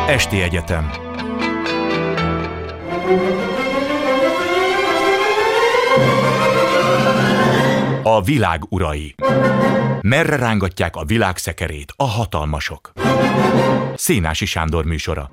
Esti Egyetem. A világ urai. Merre rángatják a világ szekerét a hatalmasok? Szénási Sándor műsora.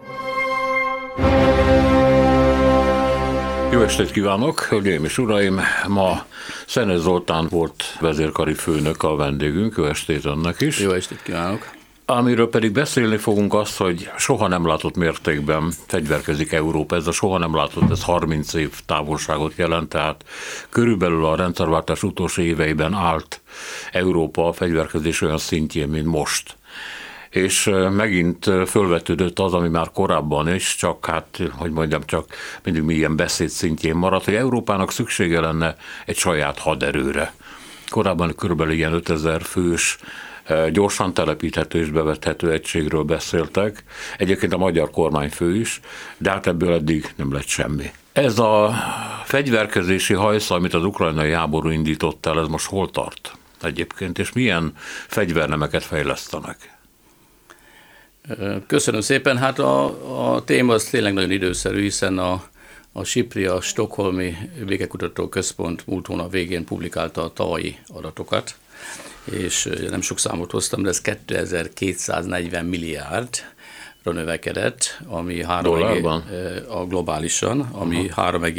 Jó estét kívánok, hölgyeim és uraim! Ma Szenes Zoltán volt vezérkari főnök a vendégünk, jó estét önnek is. Jó estét kívánok! Amiről pedig beszélni fogunk az, hogy soha nem látott mértékben fegyverkezik Európa. Ez a soha nem látott, ez 30 év távolságot jelent, tehát körülbelül a rendszerváltás utolsó éveiben állt Európa a fegyverkezés olyan szintjén, mint most. És megint fölvetődött az, ami már korábban is, csak csak mindig milyen beszéd szintjén maradt, hogy Európának szüksége lenne egy saját haderőre. Korábban körülbelül ilyen 5000 fős, gyorsan telepíthető és bevethető egységről beszéltek, egyébként a magyar kormányfő is, de hát ebből eddig nem lett semmi. Ez a fegyverkezési hajsza, amit az ukrajnai háború indított el, ez most hol tart egyébként, és milyen fegyvernemeket fejlesztenek? Köszönöm szépen. Hát a téma az tényleg nagyon időszerű, hiszen a SIPRI, a Stockholmi Békekutató Központ múlt hónap végén publikálta a tavalyi adatokat, és nem sok számot hoztam, de ez 2240 milliárdra növekedett, ami globálisan, ami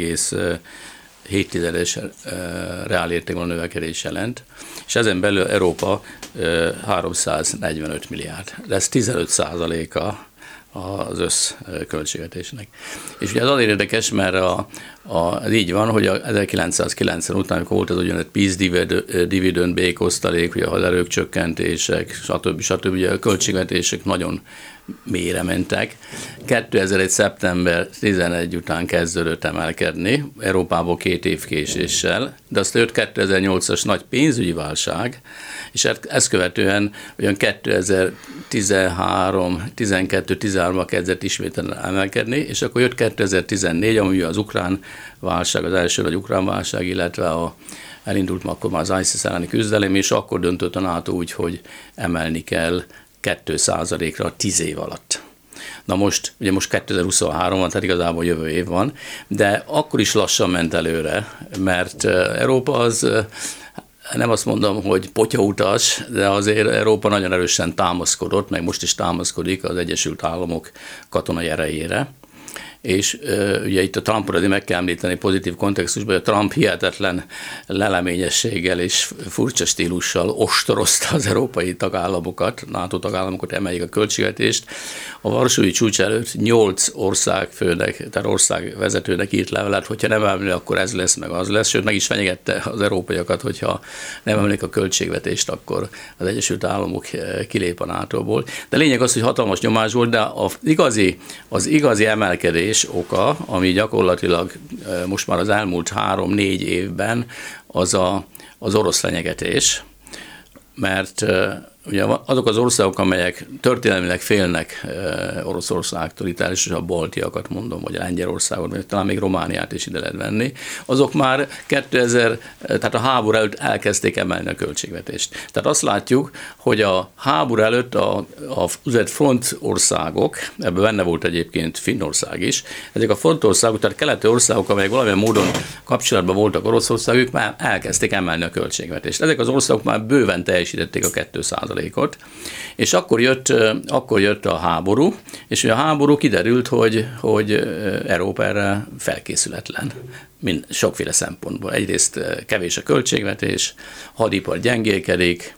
3,7-es reálértékben növekedés jelent, és ezen belül Európa 345 milliárd. De ez 15%-a az összköltségvetésnek. És ugye az azért érdekes, mert ez így van, hogy 1990 után, amikor volt az úgynevezett peace dividend, békosztalék, ugye a haderők csökkentések, stb. Ugye a költségvetések nagyon mélyre mentek. 2001. szeptember 11 után kezdődött emelkedni, Európából 2 év késéssel, de aztán jött 2008-as nagy pénzügyi válság, és ezt követően olyan 2013-13-ban kezdett ismételten emelkedni, és akkor jött 2014, ami az ukrán válság, az első nagy ukrán válság, illetve elindult akkor már az ISIS elleni küzdelem, és akkor döntött a NATO úgy, hogy emelni kell 2%-ra 10 év alatt. Na most 2023 van, tehát igazából jövő év van, de akkor is lassan ment előre, mert Európa az, nem azt mondom, hogy potyautas, de azért Európa nagyon erősen támaszkodott, meg most is támaszkodik az Egyesült Államok katonai erejére. És ugye itt a Trumpot meg kell említeni pozitív kontextusban, hogy a Trump hihetetlen leleményességgel és furcsa stílussal ostorozta az európai tagállamokat, NATO tagállamokat, emeljék a költségvetést. A varsói csúcs előtt 8 országfőnek, tehát országvezetőnek írt levelet, hogyha nem emelni, akkor ez lesz, meg az lesz, sőt meg is fenyegette az európaiakat, hogyha nem emelik a költségvetést, akkor az Egyesült Államok kilép a NATO-ból. De lényeg az, hogy hatalmas nyomás volt, de az igazi emelkedés oka, ami gyakorlatilag most már az elmúlt 3-4 évben az orosz fenyegetés, mert ugye azok az országok, amelyek történelmileg félnek Oroszországtól, itt elsősorban a baltiakat mondom, vagy Lengyelországot, vagy talán még Romániát is ide lehet venni, azok már tehát a háború előtt elkezdték emelni a költségvetést. Tehát azt látjuk, hogy a háború előtt a front országok, ebben benne volt egyébként Finnország is, ezek a front országok, tehát keleti országok, amelyek valamilyen módon kapcsolatban voltak Oroszország, ők már elkezdték emelni a költségvetést. Ezek az országok már bőven teljesítették a 2%-ot, és akkor jött a háború, és a háború kiderült, hogy Európa erre felkészületlen, sokféle szempontból. Egyrészt kevés a költségvetés, hadipar gyengélkedik,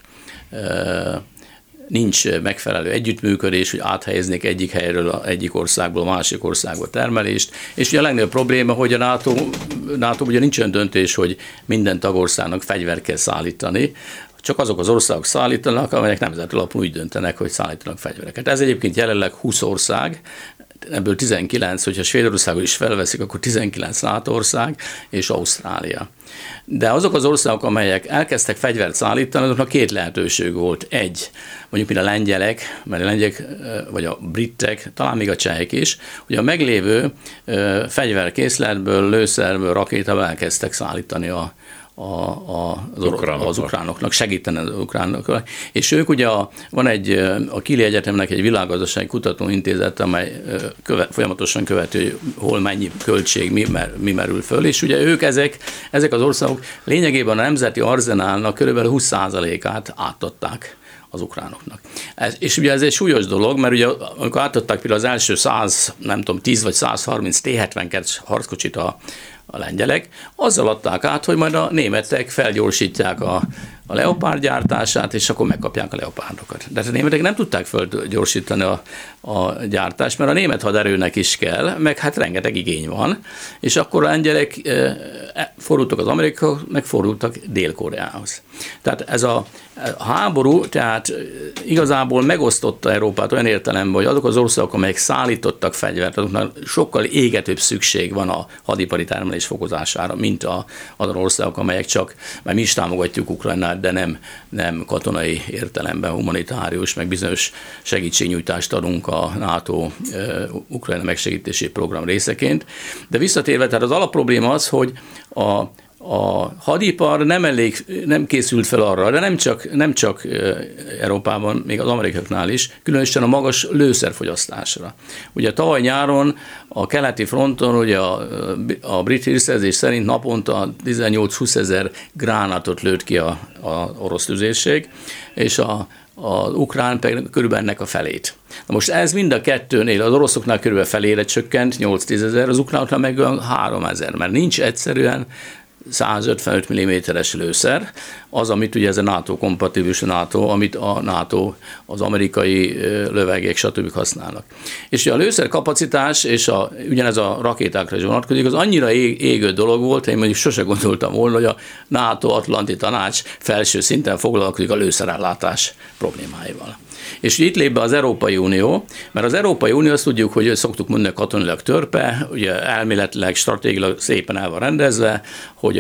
nincs megfelelő együttműködés, hogy áthelyeznék egyik helyről, egyik országból a másik országba termelést, és ugye a legnagyobb probléma, hogy a NATO ugye nincs olyan döntés, hogy minden tagországnak fegyvert kell szállítani, csak azok az országok szállítanak, amelyek nemzeti alapon úgy döntenek, hogy szállítanak fegyvereket. Ez egyébként jelenleg 20 ország, ebből 19, hogyha Svédországot is felveszik, akkor 19 NATO ország és Ausztrália. De azok az országok, amelyek elkezdtek fegyvert szállítani, azoknak 2 lehetőség volt. Egy, mondjuk mint a lengyelek, mert a lengyelek vagy a britek, talán még a csehek is, hogy a meglévő fegyverkészletből, lőszerből, rakétával elkezdtek szállítani az ukránoknak, segíteni az ukránoknak. És ők ugye van a Kili Egyetemnek egy világgazdasági kutatóintézet, amely folyamatosan követő, hogy hol mennyi költség, mi merül föl, és ugye ők ezek az országok lényegében a nemzeti arzenálnak körülbelül 20%-át átadták az ukránoknak. És ugye ez egy súlyos dolog, mert ugye amikor átadták például az első 10 vagy 130 T-72 harckocsit a lengyelek, azzal adták át, hogy majd a németek felgyorsítják a Leopard gyártását, és akkor megkapják a Leopardokat. De a németek nem tudták felgyorsítani a gyártást, mert a német haderőnek is kell, meg hát rengeteg igény van, és akkor a lengyelek fordultak az amerikaiakhoz, meg fordultak Dél-Koreához. Tehát ez a háború, tehát igazából megosztotta Európát olyan értelemben, hogy azok az országok, amelyek szállítottak fegyvert, azoknak sokkal égetőbb szükség van a hadipari termelés fokozására, mint azon országok, amelyek csak, mert mi is támogatjuk Ukrajnát, de nem katonai értelemben, humanitárius, meg bizonyos segítségnyújtást adunk a NATO Ukrajna megsegítési program részeként. De visszatérve, tehát az alapprobléma az, hogy a hadipar nem készült fel arra, de nem csak Európában, még az amerikaiaknál is, különösen a magas lőszerfogyasztásra. Ugye tavaly nyáron a keleti fronton ugye a brit hírszerzés szerint naponta 18-20 ezer gránátot lőtt ki a orosz tüzérség, és az ukrán pedig körülbelül ennek a felét. Na most ez mind a kettőnél, az oroszoknál körülbelül felére csökkent, 8-10 ezer, az ukránoknál meg 3 ezer, mert nincs egyszerűen 155 mm-es lőszer, az, amit ugye ez a NATO-kompatibilis NATO, amit a NATO, az amerikai lövegek, stb. Használnak. És a lőszerkapacitás, és ugyanez a rakétákra is vonatkozik, az annyira égő dolog volt, én mondjuk sose gondoltam volna, hogy a NATO-Atlanti Tanács felső szinten foglalkozik a lőszerellátás problémáival. És itt lép be az Európai Unió, mert az Európai Unió, azt tudjuk, hogy szoktuk mondani, katonailag törpe, ugye elméletileg, stratégiailag szépen el van rendezve, hogy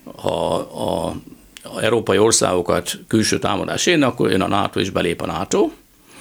ha európai országokat külső támadás érne, akkor jön a NATO és belép a NATO.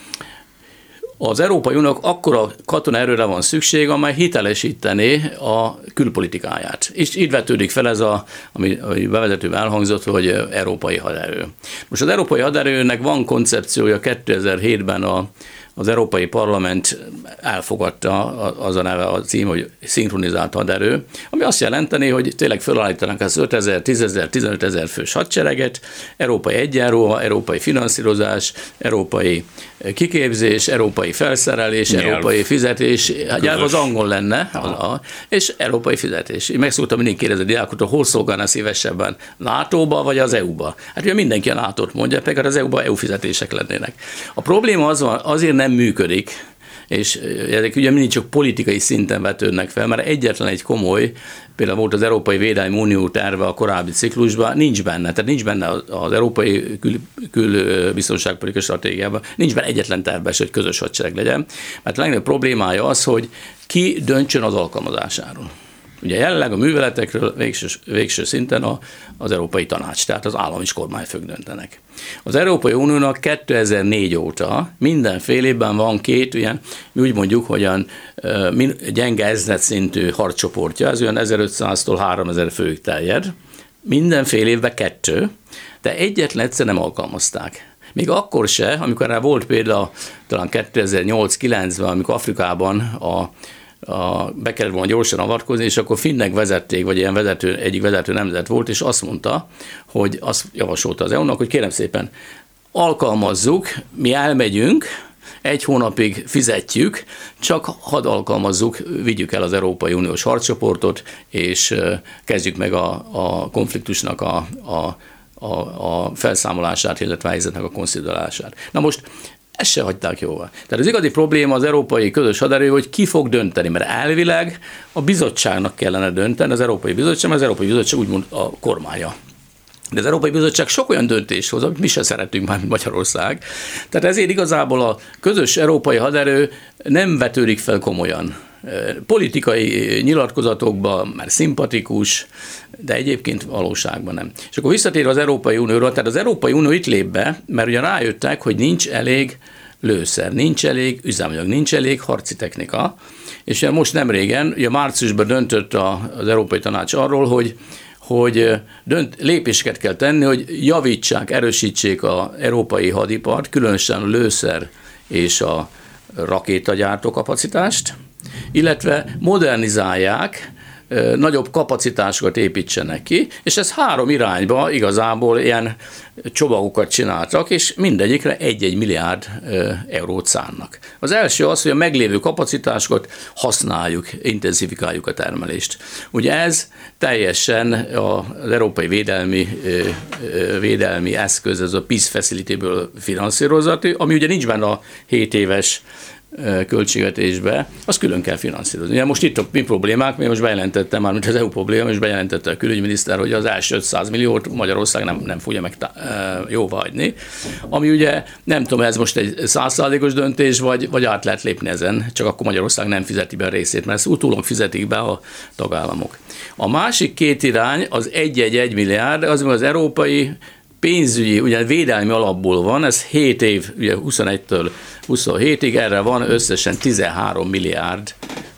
Az Európai Uniónak akkora katonai erőre van szükség, amely hitelesítené a külpolitikáját. És így vetődik fel ez, ami bevezetőben elhangzott, hogy európai haderő. Most az európai haderőnek van koncepciója, 2007-ben az Európai Parlament elfogadta, az a neve, a cím, hogy szinkronizált haderő, ami azt jelenteni, hogy tényleg felállítanak az 5 000, 10 000, 15 000 fős hadsereget, európai egyenruha, európai finanszírozás, európai kiképzés, európai felszerelés, európai fizetés, hát az angol lenne, és európai fizetés. Én meg szoktam mindig kérdezni a diákoktól, hol szolgálna szívesebben, NATO-ba vagy az EU-ba? Hát ugye mindenki a NATO-t mondja, pedig az EU-ba EU fizetések lennének. A probléma azért nem működik, és ezek ugye mindig csak politikai szinten vetődnek fel, mert egyetlen egy komoly, például volt az Európai Védelmi Unió terve a korábbi ciklusban, nincs benne. Tehát nincs benne az Európai Külbiztonságpolitikai Stratégiában, nincs benne egyetlen terve, hogy közös hadsereg legyen. Mert a legnagyobb problémája az, hogy ki döntsön az alkalmazásáról. Ugye jelenleg a műveletekről végső szinten az Európai Tanács, tehát az állam és kormányfők döntenek. Az Európai Uniónak 2004 óta mindenfél évben van 2 ilyen, mi úgy mondjuk, olyan gyenge ezred szintű harccsoportja, ez olyan 1500-tól 3000 főig terjed, mindenfél évben 2, de egyetlen egyszer nem alkalmazták. Még akkor se, amikor rá volt például talán 2008-9-ben, amikor Afrikában be kellett volna gyorsan avatkozni, és akkor finnek vezették, vagy ilyen egyik vezető nemzet volt, és azt mondta, hogy azt javasolta az EU-nak, hogy kérem szépen, alkalmazzuk, mi elmegyünk, 1 hónapig fizetjük, csak hadd alkalmazzuk, vigyük el az Európai Uniós harccsoportot, és kezdjük meg a konfliktusnak a felszámolását, illetve a helyzetnek a konszolidálását. Na most ezt se hagyták jóvá. Tehát az igazi probléma az európai közös haderő, hogy ki fog dönteni, mert elvileg a bizottságnak kellene dönteni, az Európai Bizottság úgymond a kormánya. De az Európai Bizottság sok olyan döntést hoz, amit mi se szeretünk már, mint Magyarország. Tehát ezért igazából a közös európai haderő nem vetődik fel komolyan. Politikai nyilatkozatokban már szimpatikus, de egyébként valóságban nem. És akkor visszatérve az Európai Unióra, tehát az Európai Unió itt lép be, mert ugye rájöttek, hogy nincs elég lőszer, nincs elég üzemanyag, nincs elég harci technika, és most nem régen, ugye márciusban döntött az Európai Tanács arról, hogy lépéseket kell tenni, hogy javítsák, erősítsék az európai hadipart, különösen a lőszer és a rakétagyártó kapacitást, illetve modernizálják, nagyobb kapacitásokat építsenek ki, és ez 3 irányba igazából ilyen csomagokat csináltak, és mindegyikre 1-1 milliárd eurót szánnak. Az első az, hogy a meglévő kapacitásokat használjuk, intenzifikáljuk a termelést. Ugye ez teljesen az európai védelmi eszköz, ez a Peace Facility-ből finanszírozható, ami ugye nincs benne a 7 éves költségvetésbe, az külön kell finanszírozni. Ugye most itt a mi problémák, mi most bejelentettem már, mint az EU probléma, és bejelentette a külügyminiszter, hogy az első 500 milliót Magyarország nem fogja meg jóváhagyni, ami ugye nem tudom, ez most egy 100%-os döntés, vagy át lehet lépni ezen, csak akkor Magyarország nem fizeti be a részét, mert ezt utólag fizetik be a tagállamok. A másik 2 irány az 1 milliárd, az európai pénzügyi, ugye védelmi alapból van, ez 7 év, ugye 21-től 27-ig, erre van összesen 13 milliárd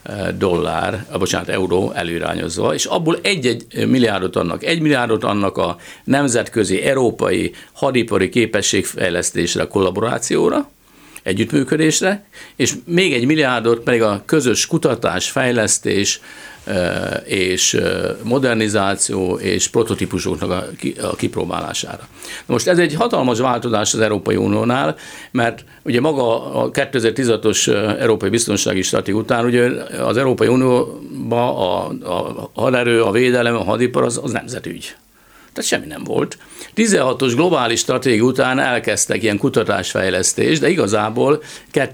euró előirányozva, és abból 1 milliárdot adnak. 1 milliárdot annak a nemzetközi, európai hadipari képességfejlesztésre, kollaborációra, együttműködésre, és még 1 milliárdot pedig a közös kutatás, fejlesztés és modernizáció és prototípusoknak a kipróbálására. Most ez egy hatalmas változás az Európai Uniónál, mert ugye maga a 2016-os Európai Biztonsági Stratégia után ugye az Európai Unióban a haderő, a védelem, a hadipar az nemzetügy. Tehát semmi nem volt. 16-os globális stratégia után elkezdtek ilyen kutatásfejlesztést, de igazából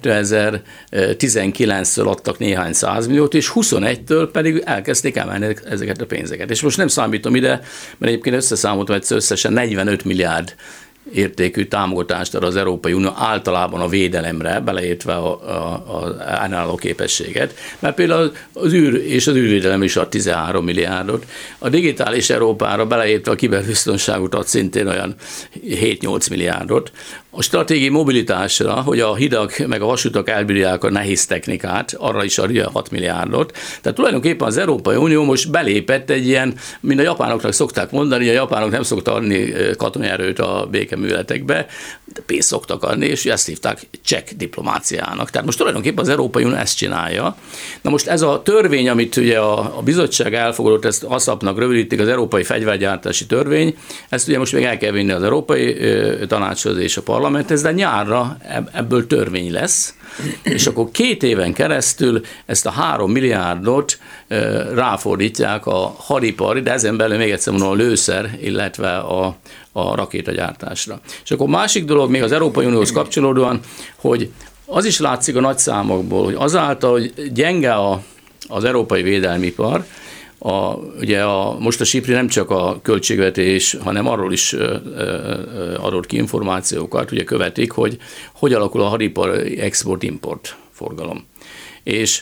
2019-től adtak néhány 100 milliót, és 21-től pedig elkezdték emelni ezeket a pénzeket. És most nem számítom ide, mert egyébként összeszámoltam egyszer összesen 45 milliárd értékű támogatást ad az Európai Unió általában a védelemre, beleértve az ellenálló képességet, mert például az űr és az űrvédelem is ad 13 milliárdot, a digitális Európára beleértve a kiberbiztonságot ad szintén olyan 7-8 milliárdot, a stratégiai mobilitásra, hogy a hidak meg a vasutak elbírják a nehéz technikát, arra is adja 6 milliárdot. Tehát tulajdonképpen az Európai Unió most belépett egy ilyen, mint a japánoknak szokták mondani, a japánok nem szoktak adni katonai erőt a békeműveletekbe, de pénzt szoktak adni, és ezt hívták csekk diplomáciának. Tehát most tulajdonképpen az Európai Unió ezt csinálja. Na most ez a törvény, amit ugye a bizottság elfogadott, ezt ASAP-nak rövidítik, az Európai Fegyvergyártási Törvény, ezt ugye most még el kell vinni az Európai Tanácshoz és a parlamenthez, de nyárra ebből törvény lesz, és akkor 2 éven keresztül ezt a 3 milliárdot ráfordítják a hadipari, de ezen belül még egyszer mondom a lőszer, illetve a rakétagyártásra. És akkor másik dolog még az Európai Unióhoz kapcsolódóan, hogy az is látszik a nagy számokból, hogy azáltal, hogy gyenge az európai védelmipar, ugye most a SIPRI nem csak a költségvetés, hanem arról is adott ki információkat, ugye követik, hogy alakul a hadipar export-import forgalom. És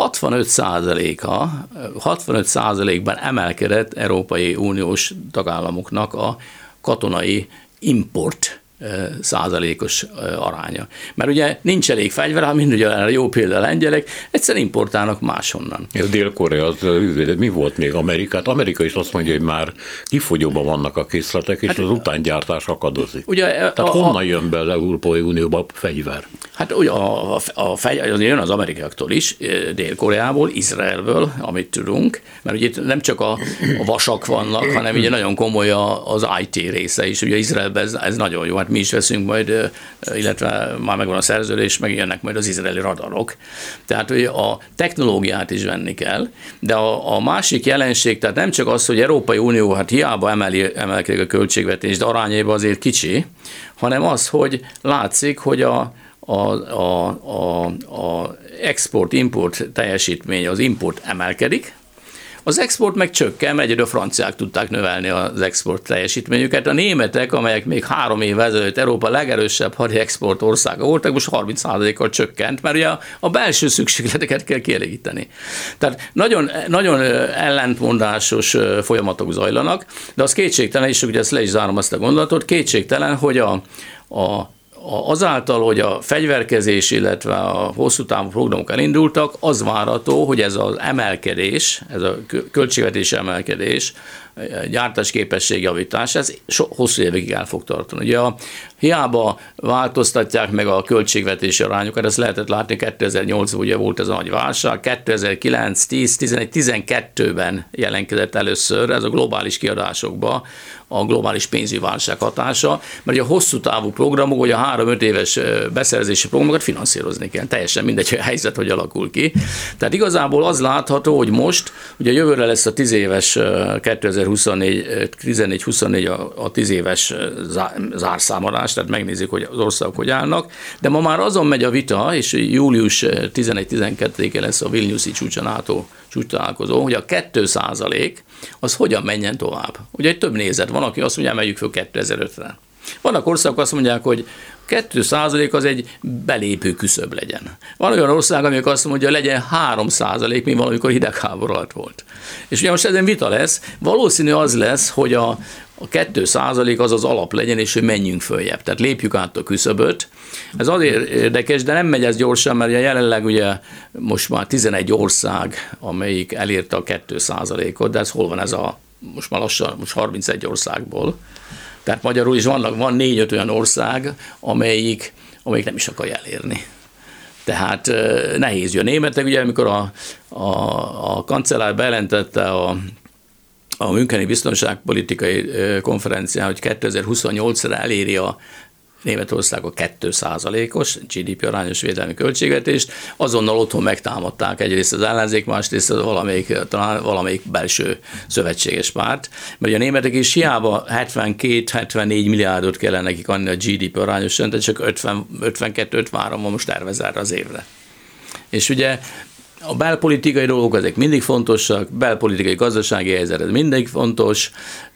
65%-ban emelkedett Európai Uniós tagállamoknak a katonai import százalékos aránya. Mert ugye nincs elég fegyver, mind ugye erre jó példa a lengyelek, egyszerűen importálnak máshonnan. Ez Dél-Korea, mi volt még Amerikát? Amerika is azt mondja, hogy már kifogyóban vannak a készletek, és az utángyártás akadozik. Ugye, tehát honnan jön be az Európai Unióba fegyver? Hát ugye a fegyver jön az amerikaiaktól is, Dél-Koreából, Izraelből, amit tudunk, mert ugye itt nem csak a vasak vannak, hanem ugye nagyon komoly az IT része is. Ugye Izraelben ez nagyon jó. Hát mi is veszünk majd, illetve már megvan a szerződés, meg jönnek majd az izraeli radarok. Tehát a technológiát is venni kell, de a másik jelenség, tehát nem csak az, hogy Európai Unió hát hiába emelkedik a költségvetés, de arányában azért kicsi, hanem az, hogy látszik, hogy a export-import teljesítmény, az import emelkedik, az export meg csökken, mert a franciák tudták növelni az export teljesítményüket. A németek, amelyek még 3 évvel ezelőtt Európa legerősebb hadi export országa voltak, most 30%-kal csökkent, mert ugye a belső szükségleteket kell kielégíteni. Tehát nagyon, nagyon ellentmondásos folyamatok zajlanak, de az kétségtelen, és ugye ezt le is zárom azt a gondolatot, kétségtelen, hogy azáltal, hogy a fegyverkezés, illetve a hosszú távú programok elindultak, az várható, hogy ez az emelkedés, ez a költségvetési emelkedés gyártásképesség javítás, ez hosszú évekig el fog tartani. Ugye hiába változtatják meg a költségvetési arányokat, ezt lehetett látni 2008-ban ugye volt ez a nagy válság, 2009, 10, 11, 12-ben jelentkezett először ez a globális kiadásokba, a globális pénzügyi válság hatása, mert a hosszú távú programok, vagy a 3-5 éves beszerzési programokat finanszírozni kell. Teljesen mindegy, hogy a helyzet hogy alakul ki. Tehát igazából az látható, hogy most, ugye jövőre lesz a 10 éves 2014-24 a 10 éves zárszámadás, tehát megnézzük, hogy az országok hogy állnak, de ma már azon megy a vita, és július 11-12-én lesz a Vilniuszi NATO csúcstalálkozó, hogy a 2% az hogyan menjen tovább. Ugye egy több nézet van, aki azt mondja, emeljük föl 2005-re. Vannak országok azt mondják, hogy 2% az egy belépő küszöb legyen. Van olyan ország, amelyek azt mondja, hogy legyen 3%, mint valamikor hidegháború alatt volt. És ugye most ezen vita lesz, valószínű az lesz, hogy a 2% az alap legyen, és hogy menjünk följebb. Tehát lépjük át a küszöböt. Ez azért érdekes, de nem megy ez gyorsan, mert jelenleg ugye most már 11 ország, amelyik elérte a 2%-ot, de ez hol van ez most már lassan, most 31 országból. Tehát magyarul is van 4-5 olyan ország, amelyik nem is akarja elérni. Tehát nehéz jön. Németek, ugye amikor a kancellár bejelentette a Müncheni biztonságpolitikai konferencián, hogy 2028-ra eléri a Németország a 2%-os GDP arányos védelmi költségvetést, azonnal otthon megtámadták egyrészt az ellenzék, másrészt valamelyik belső szövetséges párt, mert a németek is hiába 72-74 milliárdot kellene nekik adni a GDP arányosan, de csak 52-53 van most tervez erre az évre. És ugye a belpolitikai dolgok ezek mindig fontosak, belpolitikai gazdasági helyzet ez mindig fontos,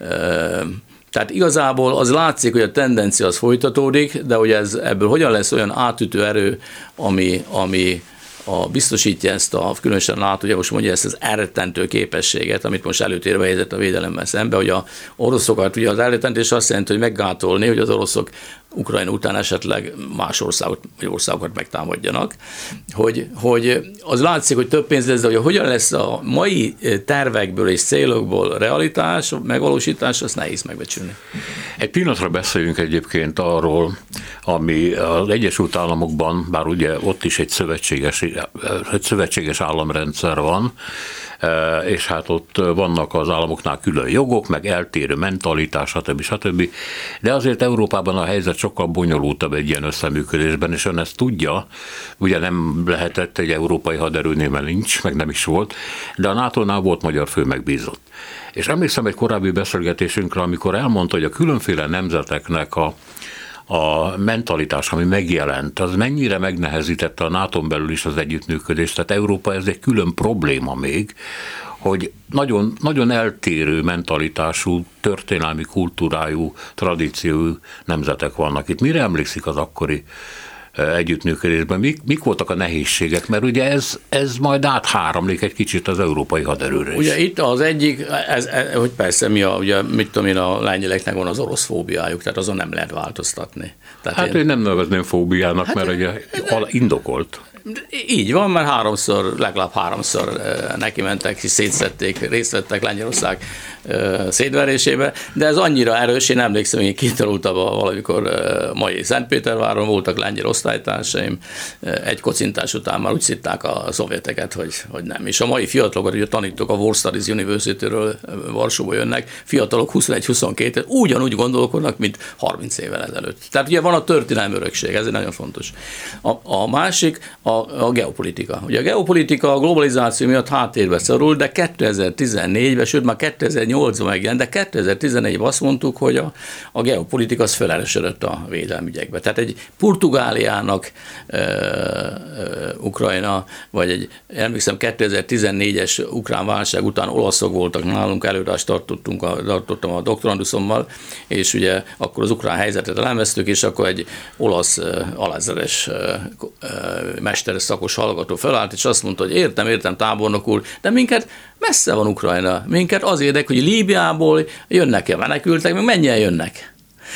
tehát igazából az látszik, hogy a tendencia az folytatódik, de hogy ebből hogyan lesz olyan átütő erő, ami biztosítja ezt különösen NATO, ugye most mondja ezt az elrettentő képességet, amit most előtérbe helyezett a védelemmel szembe, hogy a oroszokat, ugye az elrettentés azt jelenti, hogy meggátolni, hogy az oroszok Ukrajna után esetleg más országokat megtámadjanak, hogy az látszik, hogy több pénz lesz, de hogy hogyan lesz a mai tervekből és célokból realitás, megvalósítás, azt nehéz megbecsülni. Egy pillanatra beszéljünk egyébként arról, ami az Egyesült Államokban, bár ugye ott is egy szövetséges államrendszer van, és hát ott vannak az államoknál külön jogok, meg eltérő mentalitás, stb. De azért Európában a helyzet sokkal bonyolultabb egy ilyen összeműködésben, és ön ezt tudja, ugye nem lehetett egy európai haderőnél, mert nincs, meg nem is volt, de a NATO-nál volt magyar főmegbízott. És emlékszem egy korábbi beszélgetésünkre, amikor elmondta, hogy a különféle nemzeteknek a mentalitás, ami megjelent, az mennyire megnehezítette a NATO-n belül is az együttműködést. Tehát Európa ez egy külön probléma még, hogy nagyon, nagyon eltérő mentalitású, történelmi kultúrájú, tradíciójú nemzetek vannak itt. Mire emlékszik az akkori együttműködésben? Mik voltak a nehézségek? Mert ugye ez majd átháramlik egy kicsit az európai haderőre is. Ugye itt az egyik, hogy persze ugye, mit tudom én, a lengyeleknek van az orosz fóbiájuk, tehát azon nem lehet változtatni. Tehát hát én nem nevezném fóbiának, mert ugye indokolt. Így van, mert legalább háromszor neki mentek, és szétszedték, részt vettek Lengyelország szétverésébe, de ez annyira erős, én emlékszem, hogy kitanultam valamikor mai Szentpéterváron, voltak lengyel osztálytársaim, egy kocintás után már úgy szitták a szovjeteket, hogy nem. És a mai fiatalokat, ugye tanítok a War Studies University-ről, Varsóba jönnek, fiatalok 21-22, ugyanúgy gondolkodnak, mint 30 évvel ezelőtt. Tehát ugye van a történelmi örökség, ez nagyon fontos. A másik, a geopolitika. Ugye a geopolitika a globalizáció miatt háttérbe szorul, de 2014-ben, sőt már 2008-ban megjelent, de 2014-ben azt mondtuk, hogy a geopolitika az felerősödött a védelmügyekbe. Tehát egy Portugáliának Ukrajna, vagy emlékszem 2014-es ukrán válság után olaszok voltak nálunk, előadást tartottam a doktoranduszommal, és ugye akkor az ukrán helyzetet elemeztük, és akkor egy olasz alázeres mesteres szakos hallgató felállt, és azt mondta, hogy értem, tábornok úr, de minket messze van Ukrajna. Minket az érdekel, hogy Líbiából jönnek-e menekültek, meg mennyien jönnek.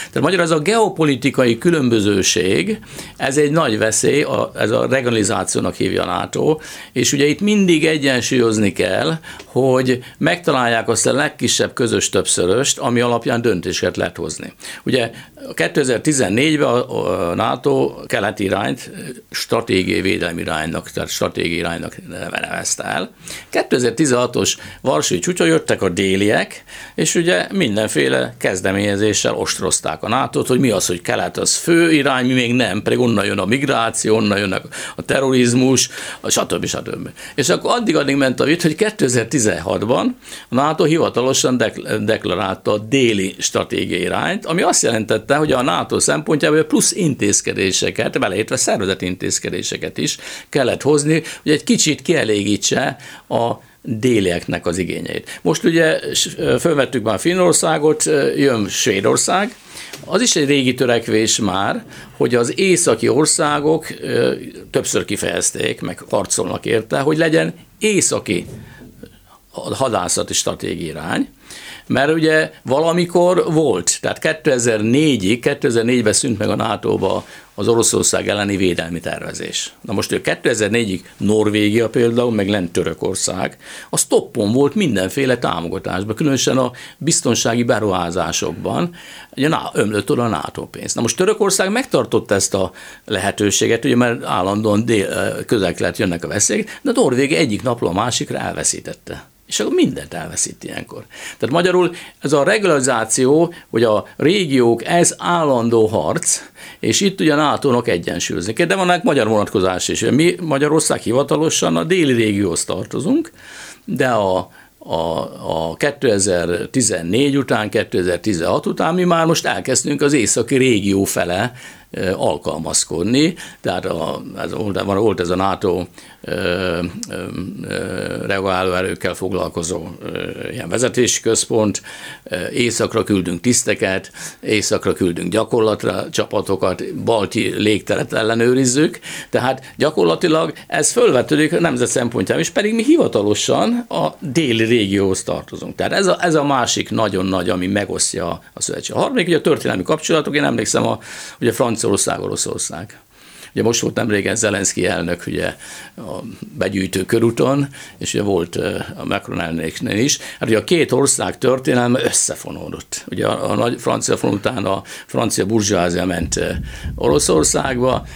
Tehát magyarul ez a geopolitikai különbözőség, ez egy nagy veszély, ez a regionalizációnak hívja a NATO, és ugye itt mindig egyensúlyozni kell, hogy megtalálják azt a legkisebb közös többszöröst, ami alapján döntéseket lehet hozni. Ugye 2014-ben a NATO keleti irányt stratégiai védelmi iránynak, tehát stratégiai iránynak nevezte el. 2016-os Varsói csúcson jöttek a déliek, és ugye mindenféle kezdeményezéssel ostrozták a NATO-t, hogy mi az, hogy kelet az fő irány, mi még nem, pedig onnan jön a migráció, onnan jön a terrorizmus, stb. És akkor addig ment a vita, hogy 2016-ban a NATO hivatalosan deklarálta a déli stratégiai irányt, ami azt jelentette, hogy a NATO szempontjából plusz intézkedéseket, beleértve szervezeti intézkedéseket is kellett hozni, hogy egy kicsit kielégítse a délieknek az igényeit. Most ugye fölvettük már Finnországot, jön Svédország, az is egy régi törekvés már, hogy az északi országok többször kifejezték, meg harcolnak érte, hogy legyen északi hadászati stratégiai irány, mert ugye valamikor volt, tehát 2004-ben szűnt meg a NATO-ba az Oroszország elleni védelmi tervezés. Na most 2004-ig Norvégia például, meg lent Törökország, az toppon volt mindenféle támogatásban, különösen a biztonsági beruházásokban, ugye ömlött oda a NATO pénz. Na most Törökország megtartotta ezt a lehetőséget, ugye mert állandóan közel-kelet jönnek a veszélyek, de Norvégia egyik napról a másikra elveszítette. És akkor mindent elveszít ilyenkor. Tehát magyarul ez a regionalizáció, hogy a régiók, ez állandó harc, és itt ugye a NATO-nak egyensúlyozni kell, de vannak magyar vonatkozás is. Mi Magyarország hivatalosan a déli régióhoz tartozunk, de a 2014 után, 2016 után mi már most elkezdtünk az északi régió fele alkalmazkodni, tehát volt ez a NATO reagáló erőkkel foglalkozó ilyen vezetési központ, északra küldünk tiszteket, északra küldünk gyakorlatra csapatokat, balti légteret ellenőrizzük, tehát gyakorlatilag ez fölvetődik a nemzet szempontjából, és pedig mi hivatalosan a déli régióhoz tartozunk. Tehát ez a másik nagyon nagy, ami megosztja a szövetség. A harmadik, ugye a történelmi kapcsolatok, én emlékszem, ugye Franciaország, Oroszország. Ugye most volt nemrégen Zelenszky elnök ugye a begyűjtő körúton, és ugye volt a Macron elnöknél is. Hát ugye a két ország történelme összefonódott. Ugye a nagy francia front után a francia burzsázia ment Oroszországba,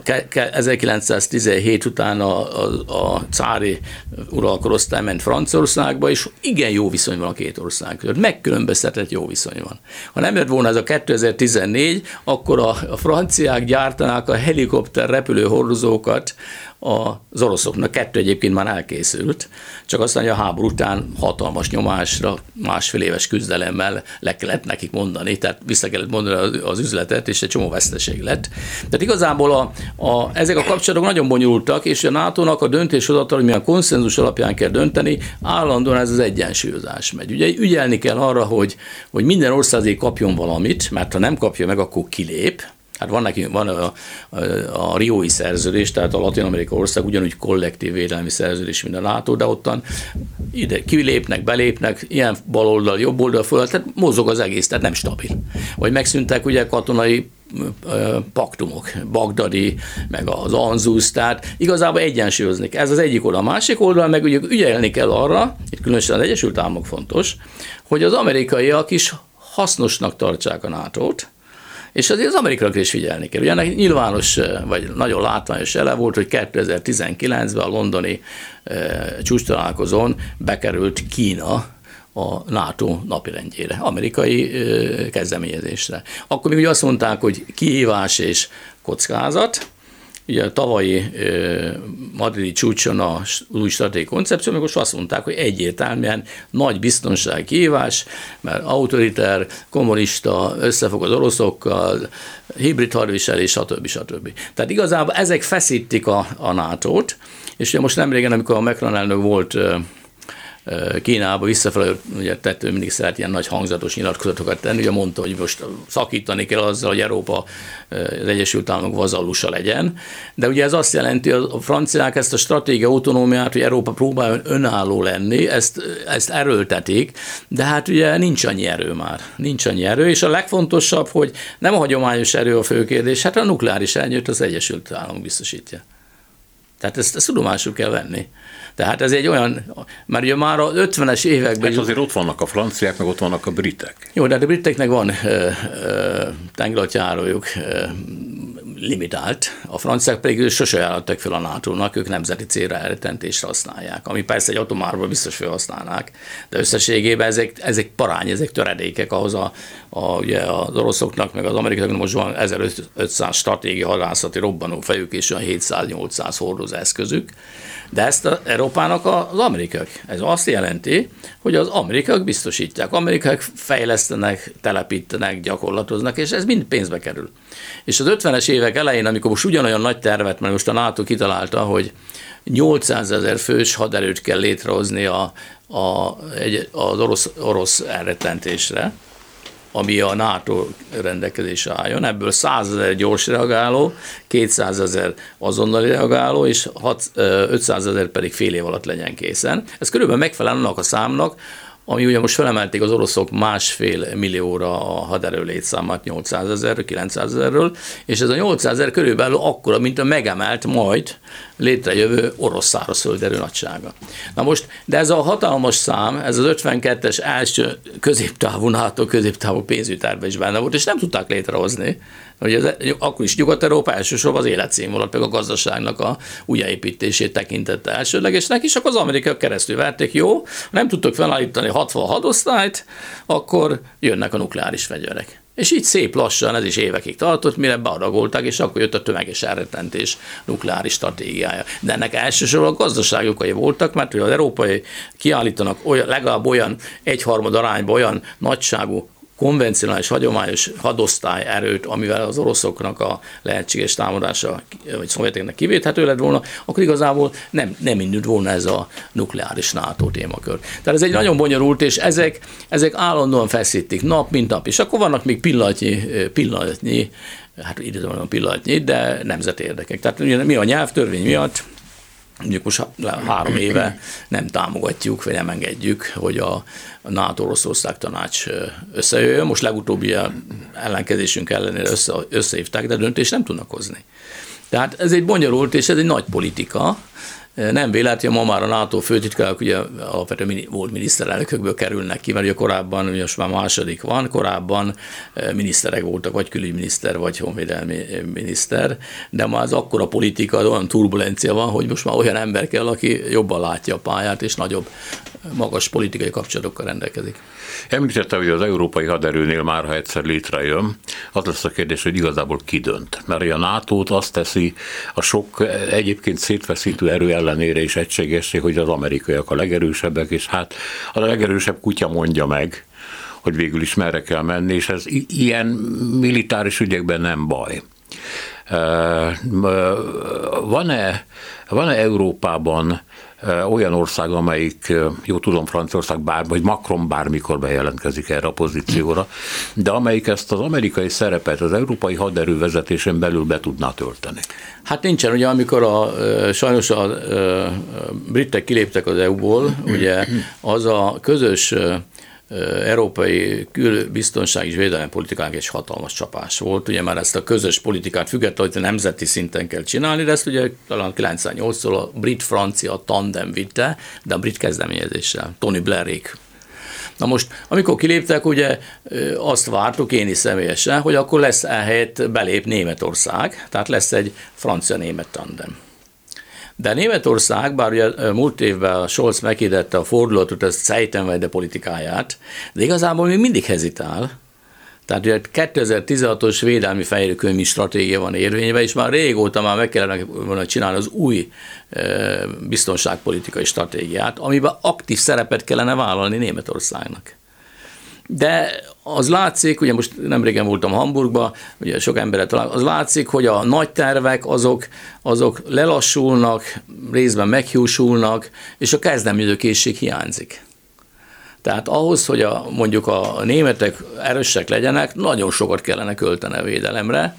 1917 után a cári uralkorosztály ment Franciaországba, és igen jó viszony van a két ország között. Megkülönböztetett jó viszony van. Ha nem jött volna ez a 2014, akkor a franciák gyártanák a helikopter repülő hordozókat az oroszoknak. 2 egyébként már elkészült, csak aztán, hogy a háború után hatalmas nyomásra, másfél éves küzdelemmel le kellett nekik mondani, tehát vissza kellett mondani az üzletet, és egy csomó veszteség lett. Tehát igazából ezek a kapcsolatok nagyon bonyolultak, és a NATO-nak a döntéshozatal, hogy milyen konszenzus alapján kell dönteni, állandóan ez az egyensúlyozás megy. Ugye ügyelni kell arra, hogy minden ország azért kapjon valamit, mert ha nem kapja meg, akkor kilép. Hát van a riói szerződés, tehát a Latin-Amerika ország ugyanúgy kollektív védelmi szerződés, mint a NATO, de ottan ide kilépnek, belépnek, ilyen baloldal, jobboldal föl, tehát mozog az egész, tehát nem stabil. Vagy megszűntek ugye katonai paktumok, Bagdadi, meg az Anzus, tehát igazából egyensúlyozni kell. Ez az egyik oldal. A másik oldal meg ugye ügyelni kell arra, itt különösen az Egyesült Államok fontos, hogy az amerikaiak is hasznosnak tartsák a NATO-t, és azért az amerikaiak is figyelni kell. Ugye ennek nyilvános, vagy nagyon látványos ele volt, hogy 2019-ben a londoni csúcstalálkozón bekerült Kína a NATO napirendjére, amerikai kezdeményezésre. Akkor még ugye azt mondták, hogy kihívás és kockázat. Ugye a tavalyi madridi csúcson a új stratégiai koncepció, amikor azt mondták, hogy egyértelműen nagy biztonsági kihívás, mert autoriter, kommunista, összefog az oroszokkal, hibrid hadviselés, stb. Tehát igazából ezek feszítik a NATO-t, és ugye most nemrégen, amikor a Macron elnök volt Kínába visszafelé, ugye tettő mindig szeret ilyen nagy hangzatos nyilatkozatokat tenni, ugye mondta, hogy most szakítani kell azzal, hogy Európa az Egyesült Államok vazallusa legyen, de ugye ez azt jelenti, hogy a franciák ezt a stratégiai autonómiát, hogy Európa próbáljon önálló lenni, ezt erőltetik, de hát ugye nincs annyi erő már. Nincs annyi erő, és a legfontosabb, hogy nem a hagyományos erő a fő kérdés, hát a nukleáris erőt az Egyesült Államok biztosítja. Tehát ezt tudomásul kell venni. Tehát ez egy olyan, mert ugye már az 50-es években... Hát azért ott vannak a franciák, meg ott vannak a britek. Jó, de a briteknek van tengeralattjárójuk limitált, a franciák pedig sose ajánlottak fel a NATO-nak, ők nemzeti célra elrettentésre használják, ami persze egy atomárból biztos felhasználnák, de összességében ezek parány, ezek töredékek ahhoz ugye az oroszoknak, meg az amerikaiaknak most van 1500 stratégiai hadászati robbanó fejük és olyan 700-800 hordozó eszközük, de ezt Európának az amerikaiak. Ez azt jelenti, hogy az amerikaiak biztosítják, amerikaiak fejlesztenek, telepítenek, gyakorlatoznak, és ez mind pénzbe kerül. És az 50-es évek elején, amikor most ugyanolyan nagy tervet, mert most a NATO kitalálta, hogy 800 000 fős haderőt kell létrehozni az orosz elrettentésre, ami a NATO rendelkezésre álljon, ebből 100 000 gyors reagáló, 200 000 azonnali reagáló, és 500 000 pedig fél év alatt legyen készen. Ez körülbelül megfelel annak a számnak, ami ugye most felemelték az oroszok 1,5 millióra a haderő létszámát 800 000-ről, 900 000-ről, és ez a 800 000 körülbelül akkora, mint a megemelt majd létrejövő orosz szárazfölderő nagysága. Na most, de ez a hatalmas szám, ez az 52-es első középtávú NATO középtávú pénzügytervben is benne volt, és nem tudták létrehozni. Ugye akkor is Nyugat-Európa elsősorban az életszínvonalat, meg a gazdaságnak a újjáépítését tekintette elsődlegesnek, és akkor az amerikaiak keresztül verték, jó, nem tudtok felállítani 60 hadosztályt, akkor jönnek a nukleáris fegyverek. És így szép lassan, ez is évekig tartott, mire beadagolták, és akkor jött a tömeges elrettentés nukleáris stratégiája. De ennek elsősorban a gazdasági okai voltak, mert az európai kiállítanak legalább olyan 1/3 arányban olyan nagyságú konvencionális, hagyományos hadosztály erőt, amivel az oroszoknak a lehetséges támadása, vagy szovjeteknek kivéthető lett volna, akkor igazából nem indult volna ez a nukleáris NATO témakör. Tehát ez egy nagyon bonyolult, és ezek állandóan feszítik nap, mint nap. És akkor vannak még pillanatnyi, hát időben van pillanatnyi, de nemzeti érdekek. Tehát mi a nyelvtörvény miatt, mondjuk most 3 éve nem támogatjuk, vagy nem engedjük, hogy a NATO-Oroszország tanács összejöjjön. Most legutóbbi ellenkezésünk ellenére összehívták, de döntést nem tudnak hozni. Tehát ez egy bonyolult, és ez egy nagy politika. Nem véletlen, ma már a NATO főtitkárok ugye alapvetően volt miniszterelnökökből kerülnek ki, mert ugye korábban, ugye most már második van, korábban miniszterek voltak, vagy külügyminiszter, vagy honvédelmi miniszter, de már az akkora politika, olyan turbulencia van, hogy most már olyan ember kell, aki jobban látja a pályát, és nagyobb, magas politikai kapcsolatokkal rendelkezik. Említette, hogy az európai haderőnél már, ha egyszer létrejön, az lesz a kérdés, hogy igazából ki dönt. Mert a NATO-t azt teszi a sok egyébként szétfeszítő erő ellenére is egységessé, hogy az amerikaiak a legerősebbek, és hát a legerősebb kutya mondja meg, hogy végül is merre kell menni, és ez ilyen militáris ügyekben nem baj. Van-e Európában olyan ország, amelyik, jó tudom, Franciaország vagy Macron bármikor bejelentkezik erre a pozícióra, de amelyik ezt az amerikai szerepet az európai haderő vezetésen belül be tudná tölteni? Hát nincsen, ugye amikor sajnos a britek kiléptek az EU-ból, ugye az a közös európai külbiztonság és védelmi politikánk egy hatalmas csapás volt. Ugye már ezt a közös politikát függetlenül, hogy nemzeti szinten kell csinálni, de ezt ugye talán 98-tól a brit-francia tandem vitte, de a brit kezdeményezéssel, Tony Blairék. Na most, amikor kiléptek, ugye azt vártuk én is személyesen, hogy akkor lesz ehelyett belép Németország, tehát lesz egy francia-német tandem. De Németország, bár ugye múlt évben Scholz meghirdette a fordulatot, ezt Zeitenwende politikáját, de igazából még mindig hezitál. Tehát ugye 2016-os védelmi fejlőkönyvi stratégia van érvényben, és már régóta meg kellene volna csinálni az új biztonságpolitikai stratégiát, amiben aktív szerepet kellene vállalni Németországnak. De az látszik, ugye most nemrégen voltam Hamburgban, ugye sok emberrel találkoztam, az látszik, hogy a nagy tervek azok lelassulnak, részben meghiúsulnak, és a kezdeményezőkészség hiányzik. Tehát ahhoz, hogy mondjuk a németek erősek legyenek, nagyon sokat kellene költeni a védelemre.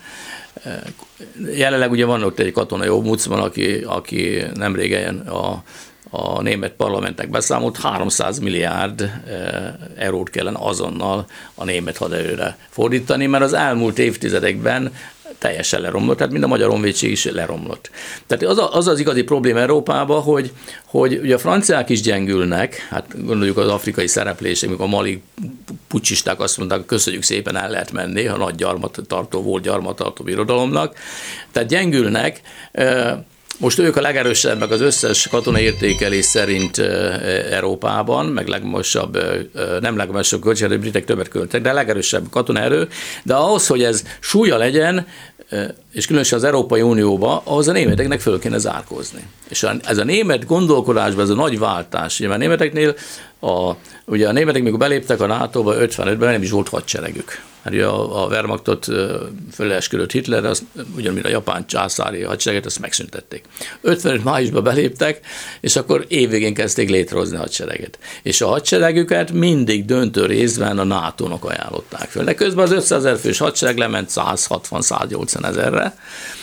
Jelenleg ugye van ott egy katonai ombudsman, aki nemrégen a német parlamentnek beszámolt, 300 milliárd eurót kellene azonnal a német haderőre fordítani, mert az elmúlt évtizedekben teljesen leromlott, tehát mind a magyar honvédség is leromlott. Tehát az igazi probléma Európában, hogy ugye a franciák is gyengülnek, hát gondoljuk az afrikai szereplések, amikor a mali puccsisták azt mondták, köszönjük szépen, el lehet menni, ha nagy volt gyarmattartó birodalomnak, tehát gyengülnek. Most ők a legerősebbek az összes katonai értékelés szerint Európában, meg nem legmagasabb költségvető, britek többet költek, de a legerősebb katonaerő, de ahhoz, hogy ez súlya legyen, és különösen az Európai Unióban, ahhoz a németeknek föl kéne zárkózni. És ez a német gondolkodásban, ez a nagy váltás, ugye mert németeknél, ugye a németek, mikor beléptek a NATO-ba 55-ben, nem is volt hadseregük. Hát ugye a Wehrmachtot fölesküdött Hitler, az ugyanúgy a japán császári hadsereget, azt megszüntették. 55 májusban beléptek, és akkor évvégén kezdték létrehozni a hadsereget. És a hadseregüket mindig döntő részben a NATO-nak ajánlották föl. De közben az 500 000 fős hadsereg lement 160-180 ezerre,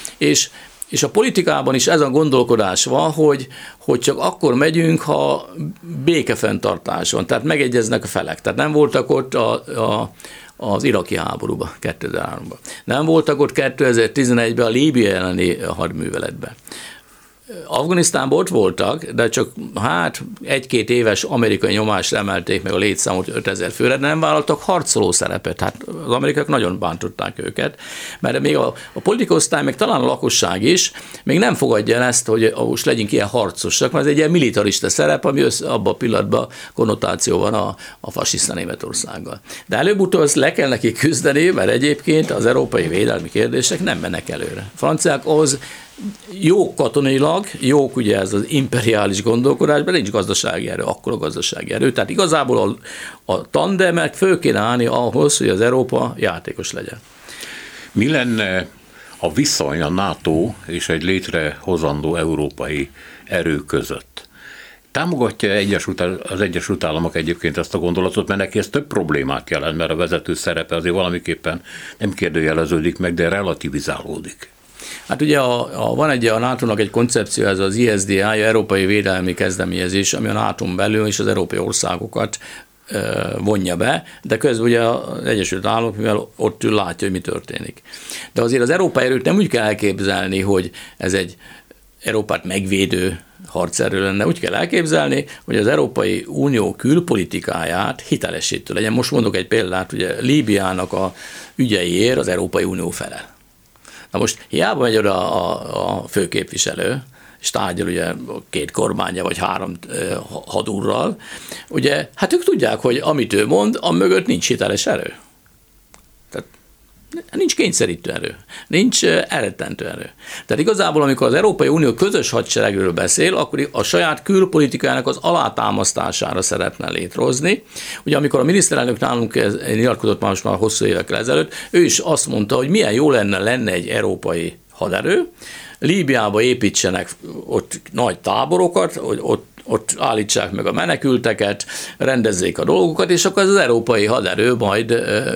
és a politikában is ez a gondolkodás van, hogy csak akkor megyünk, ha békefenntartás van, tehát megegyeznek a felek. Tehát nem voltak ott az iraki háborúban, 2003-ban. Nem voltak ott 2011-ben a Líbia elleni hadműveletben. Afganisztánban ott voltak, de csak 1-2 éves amerikai nyomásra emelték meg a létszámot 5000 főre, de nem vállaltak harcoló szerepet. Hát az amerikaiak nagyon bántották őket, mert még a politikosztály, meg talán a lakosság is még nem fogadja el ezt, hogy most legyünk ilyen harcosak, mert ez egy ilyen militarista szerep, ami abban a pillanatban konnotáció van a fasiszta Németországgal. De előbb-utóbb ezt le kell neki küzdeni, mert egyébként az európai védelmi kérdések nem mennek előre. A franciák ahhoz jók katonailag, jók ugye ez az imperiális gondolkodásban, nincs gazdasági erő, akkora gazdasági erő. Tehát igazából a tandemek föl kéne állni ahhoz, hogy az Európa játékos legyen. Mi lenne a viszony a NATO és egy létrehozandó európai erő között? Támogatja az Egyesült Államok egyébként ezt a gondolatot, mert neki ez több problémát jelent, mert a vezető szerepe azért valamiképpen nem kérdőjeleződik meg, de relativizálódik. Hát ugye van a NATO-nak egy koncepció, ez az ISDI, Európai Védelmi Kezdeményezés, ami a NATO-n belül és az európai országokat vonja be, de közben ugye az Egyesült Államok, mivel ott látja, hogy mi történik. De azért az európai erőt nem úgy kell elképzelni, hogy ez egy Európát megvédő harcerő lenne. Úgy kell elképzelni, hogy az Európai Unió külpolitikáját hitelesítő legyen. Most mondok egy példát, ugye Líbiának a ügyeiért az Európai Unió felel. Na most hiába megy oda a főképviselő, és tárgyal ugye 2 kormánya vagy 3 hadúrral, ugye, hát ők tudják, hogy amit ő mond, amögött nincs hiteles erő. Tehát nincs kényszerítő erő, nincs elrettentő erő. Tehát igazából, amikor az Európai Unió közös hadseregről beszél, akkor a saját külpolitikájának az alátámasztására szeretne létrehozni. Ugye amikor a miniszterelnök nálunk nyilatkozott most már hosszú évekkel ezelőtt, ő is azt mondta, hogy milyen jó lenne egy európai haderő, Líbiába építsenek ott nagy táborokat, hogy ott állítsák meg a menekülteket, rendezzék a dolgokat, és akkor az európai haderő majd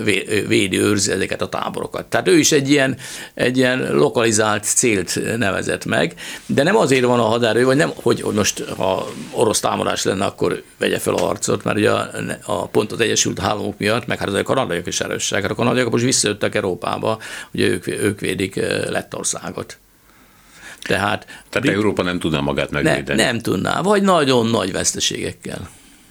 őrzi ezeket a táborokat. Tehát ő is egy ilyen lokalizált célt nevezett meg, de nem azért van a haderő, vagy nem, hogy most ha orosz támadás lenne, akkor vegye fel a harcot, mert ugye pont az Egyesült Államok miatt, meg hát az a kanadaiak is erősek, a kanadaiak most visszajöttek Európába, ugye ők védik Lettországot. Tehát Európa nem tudná magát megvédeni. Nem tudná, vagy nagyon nagy veszteségekkel.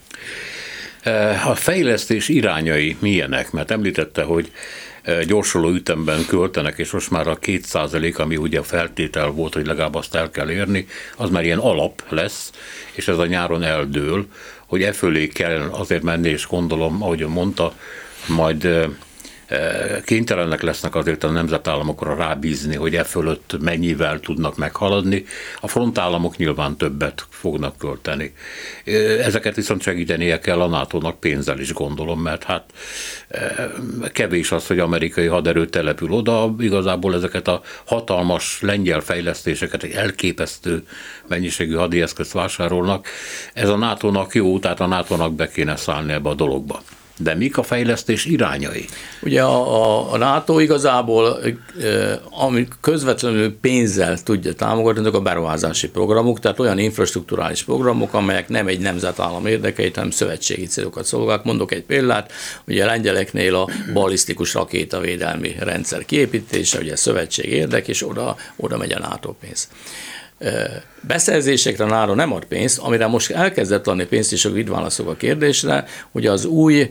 A fejlesztés irányai milyenek? Mert említette, hogy gyorsuló ütemben költenek, és most már a 2%, ami ugye a feltétel volt, hogy legalább azt el kell érni, az már ilyen alap lesz, és ez a nyáron eldől, hogy e fölé kell azért menni, és gondolom, ahogy mondta, majd kénytelenek lesznek azért a nemzetállamokra rábízni, hogy e fölött mennyivel tudnak meghaladni. A frontállamok nyilván többet fognak költeni. Ezeket viszont segítenie kell a NATO-nak pénzzel is, gondolom, mert hát kevés az, hogy amerikai haderő települ oda, igazából ezeket a hatalmas lengyel fejlesztéseket, egy elképesztő mennyiségű hadieszközt vásárolnak. Ez a NATO-nak jó, tehát a NATO-nak be kéne szállni ebbe a dologba. De mik a fejlesztés irányai? Ugye a NATO igazából, ami közvetlenül pénzzel tudja támogatni, azok a beruházási programok, tehát olyan infrastrukturális programok, amelyek nem egy nemzetállam érdekeit, hanem szövetségi célokat szolgálnak. Mondok egy példát, ugye a lengyeleknél a ballisztikus rakétavédelmi rendszer kiépítése, ugye szövetség érdek, és oda megy a NATO pénz. Beszerzésekre NATO nem ad pénzt, amire most elkezdett adni pénzt, és akkor itt válaszolok a kérdésre, hogy az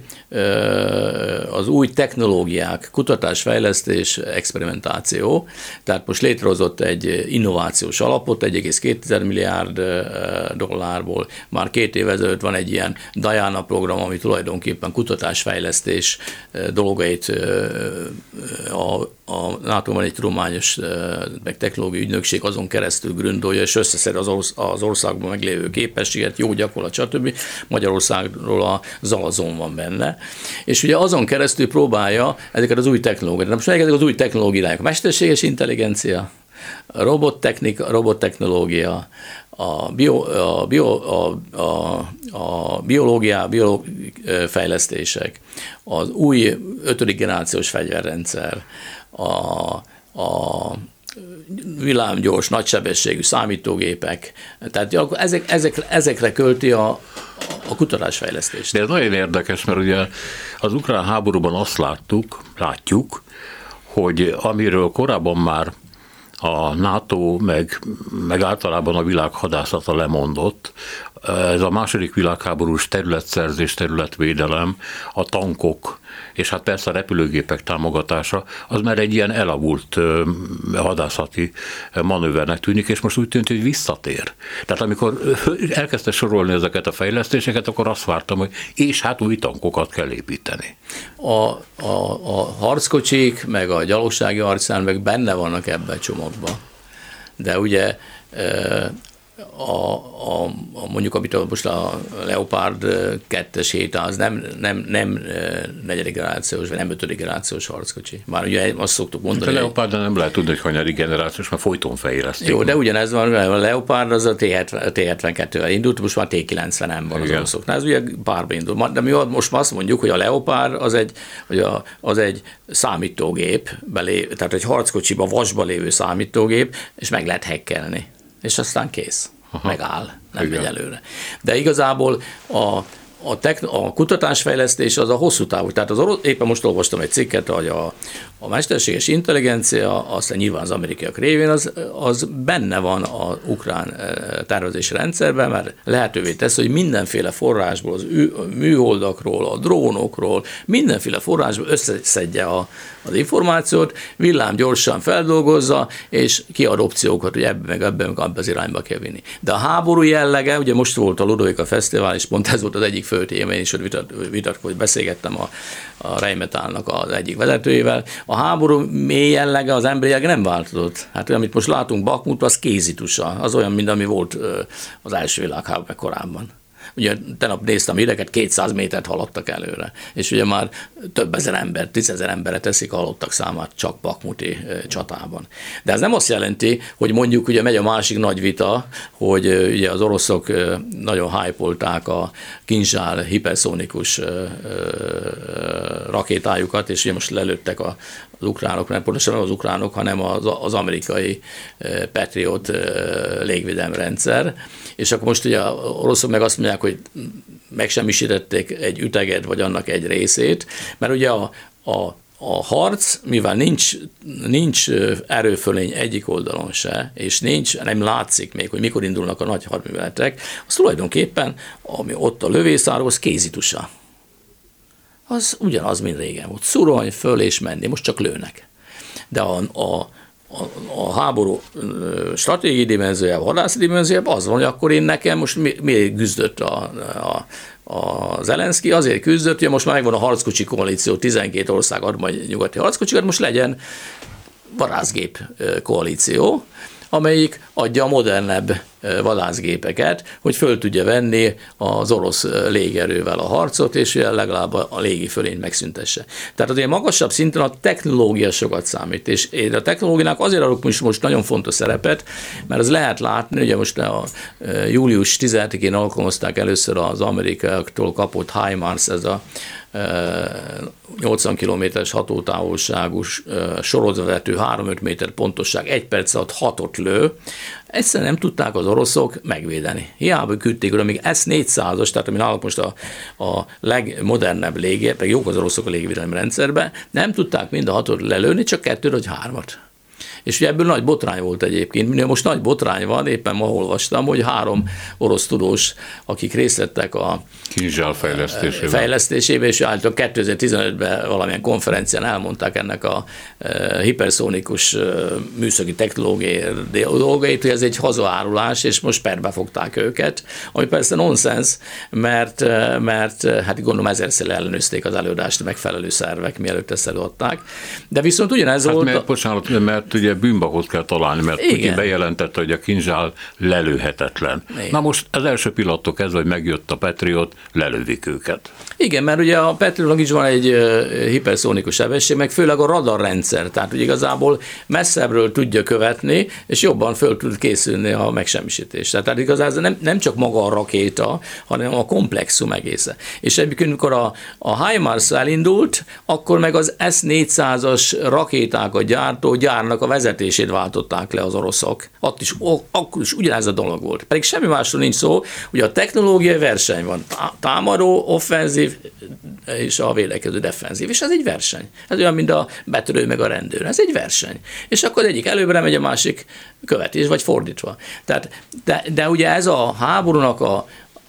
új technológiák, kutatásfejlesztés, experimentáció, tehát most létrehozott egy innovációs alapot, 1,2 milliárd dollárból, már 2 év ezelőtt van egy ilyen Diana program, ami tulajdonképpen kutatásfejlesztés dolgait a NATO-ban egy tudományos meg technológiai ügynökség azon keresztül gründolja, és összeszed az országban meglévő képességet, jó gyakorlat, stb. Magyarországról a Zalazon van benne. És ugye azon keresztül próbálja ezeket az új technológiákat. Most ezek az új technológiák, a mesterséges intelligencia, a robottechnológia, a biológia, fejlesztések, az új 5. generációs fegyverrendszer, a villámgyors, nagysebességű számítógépek, tehát ezekre költi a kutatásfejlesztést. De ez nagyon érdekes, mert ugye az ukrán háborúban azt látjuk, hogy amiről korábban már a NATO, meg általában a világ hadászata lemondott, ez a második világháborús területszerzés, területvédelem, a tankok, és hát persze a repülőgépek támogatása, az már egy ilyen elavult hadászati manővernek tűnik, és most úgy tűnt, hogy visszatér. Tehát amikor elkezdte sorolni ezeket a fejlesztéseket, akkor azt vártam, hogy és hát új tankokat kell építeni. A harckocsik, meg a gyalogsági harcjárművek meg benne vannak ebben a csomagban. De ugye mondjuk, amit most a Leopard 2-es 700 nem 4. generációs, vagy nem 5. generációs harckocsi. Már ugye azt szoktuk mondani. A Leopard nem lehet tudni, hogy hanyadik generációs, mert folyton fejlesztik. Jó, de ugyanez van, a Leopard az a T-72-vel indult, most már T-90-en van az oroszoknál. Ez ugye párba indul. De mi most azt mondjuk, hogy a Leopard az egy számítógép, tehát egy harckocsiba, vasba lévő számítógép, és meg lehet hackelni. És aztán kész. Megáll, nem megy előre. De igazából a kutatásfejlesztés az a hosszú távú. Tehát éppen most olvastam egy cikket, hogy a mesterséges intelligencia, aztán nyilván az amerikaiak révén, az benne van az ukrán tervezési rendszerben, mert lehetővé tesz, hogy mindenféle forrásból, az műholdakról, a drónokról, mindenféle forrásból összeszedje az információt, villámgyorsan feldolgozza, és kiad opciókat, hogy ebben az irányba kell vinni. De a háború jellege, ugye most volt a Ludovika Fesztivál, és pont ez volt az egyik fő téma, én is hogy beszélgettem a Rheinmetallnak az egyik vezetőjével. A háború mély jellege, az emberileg nem változott. Hát amit most látunk Bakmut, az kézitusa, az olyan, mint ami volt az első világháború korábban. Ugye tegnap néztem híreket, 200 métert haladtak előre, és ugye már több ezer ember, 10 000 emberre teszik a halottak számát csak bakmuti csatában. De ez nem azt jelenti, hogy mondjuk ugye megy a másik nagy vita, hogy ugye az oroszok nagyon hype-olták a Kinzhal hiperszónikus rakétájukat, és ugye most lelőttek az ukránok, nem pontosan nem az ukránok, hanem az amerikai Patriot légvédelmi rendszer, és akkor most ugye az oroszok meg azt mondják, hogy megsemmisítették egy üteget, vagy annak egy részét, mert ugye a harc, mivel nincs erőfölény egyik oldalon se, és nem látszik még, hogy mikor indulnak a nagy hadműveletek, az tulajdonképpen, ami ott a lövészárhoz kézitusa. Az ugyanaz, mint régen volt. Szurolj föl és menni, most csak lőnek. De a háború stratégiai dimenziójában, hadászi dimenziójában az van, hogy akkor én nekem most miért küzdött a a Zelenszky azért küzdött, hogy most már megvan a harckocsi koalíció, 12 ország ad majd nyugati harckocsikat, most legyen vadászgép koalíció, amelyik adja a modernebb vadászgépeket, hogy föl tudja venni az orosz légerővel a harcot, és legalább a légi fölényt megszüntesse. Tehát azért magasabb szinten a technológia sokat számít, és én a technológiának azért adok most nagyon fontos szerepet, mert az lehet látni, ugye most a július 17-én alkalmazták először az amerikaiaktól kapott HIMARS, ez a 80 kilométeres hatótávolságú sorozatvető 3-5 méter pontosság, 1 perc alatt 6-ot lő, egyszerűen nem tudták az oroszok megvédeni. Hiába küldték oda, még S-400-as, tehát ami náluk most a legmodernebb légi, meg jók az oroszok a légvédelmi rendszerben, nem tudták mind a 6-ot lelőni, csak 2 vagy 3-at. És ugye ebből nagy botrány volt egyébként. Most nagy botrány van, éppen ma olvastam, hogy 3 orosz tudós, akik részt vettek a Kinzsál fejlesztésében, és általában 2015-ben valamilyen konferencián elmondták ennek a hiperszónikus műszaki technológiai dolgait, hogy ez egy hazaárulás, és most perbe fogták őket, ami persze nonsens, mert hát gondolom 1000-szer ellenőrzték az előadást megfelelő szervek, mielőtt ezt előadták. De viszont ugyanez volt... Mert ugye bűnbakot kell találni, mert Putyin bejelentette, hogy a Kinzsál lelőhetetlen. Igen. Na most az első pillanattól kezdve, hogy megjött a Patriot, lelövik őket. Igen, mert ugye a Patriotnak is van egy hiperszónikus sebesség, meg főleg a radarrendszer, tehát ugye igazából messzebbről tudja követni, és jobban föl tud készülni a megsemmisítés. Tehát igazából nem csak maga a rakéta, hanem a komplexum egészen. És egyébként, amikor a HIMARS elindult, akkor meg az S-400-as rakétákat gyártó gyárnak a vezetését váltották le az oroszok. Akkor is ugyanez a dolog volt. Pedig semmi másról nincs szó, ugye a technológiai verseny van. Támadó, offenzív és a védekező defenzív. És ez egy verseny. Ez olyan, mint a betörő meg a rendőr. Ez egy verseny. És akkor egyik előbbre megy, a másik követés, vagy fordítva. Tehát, de ugye ez a háborúnak a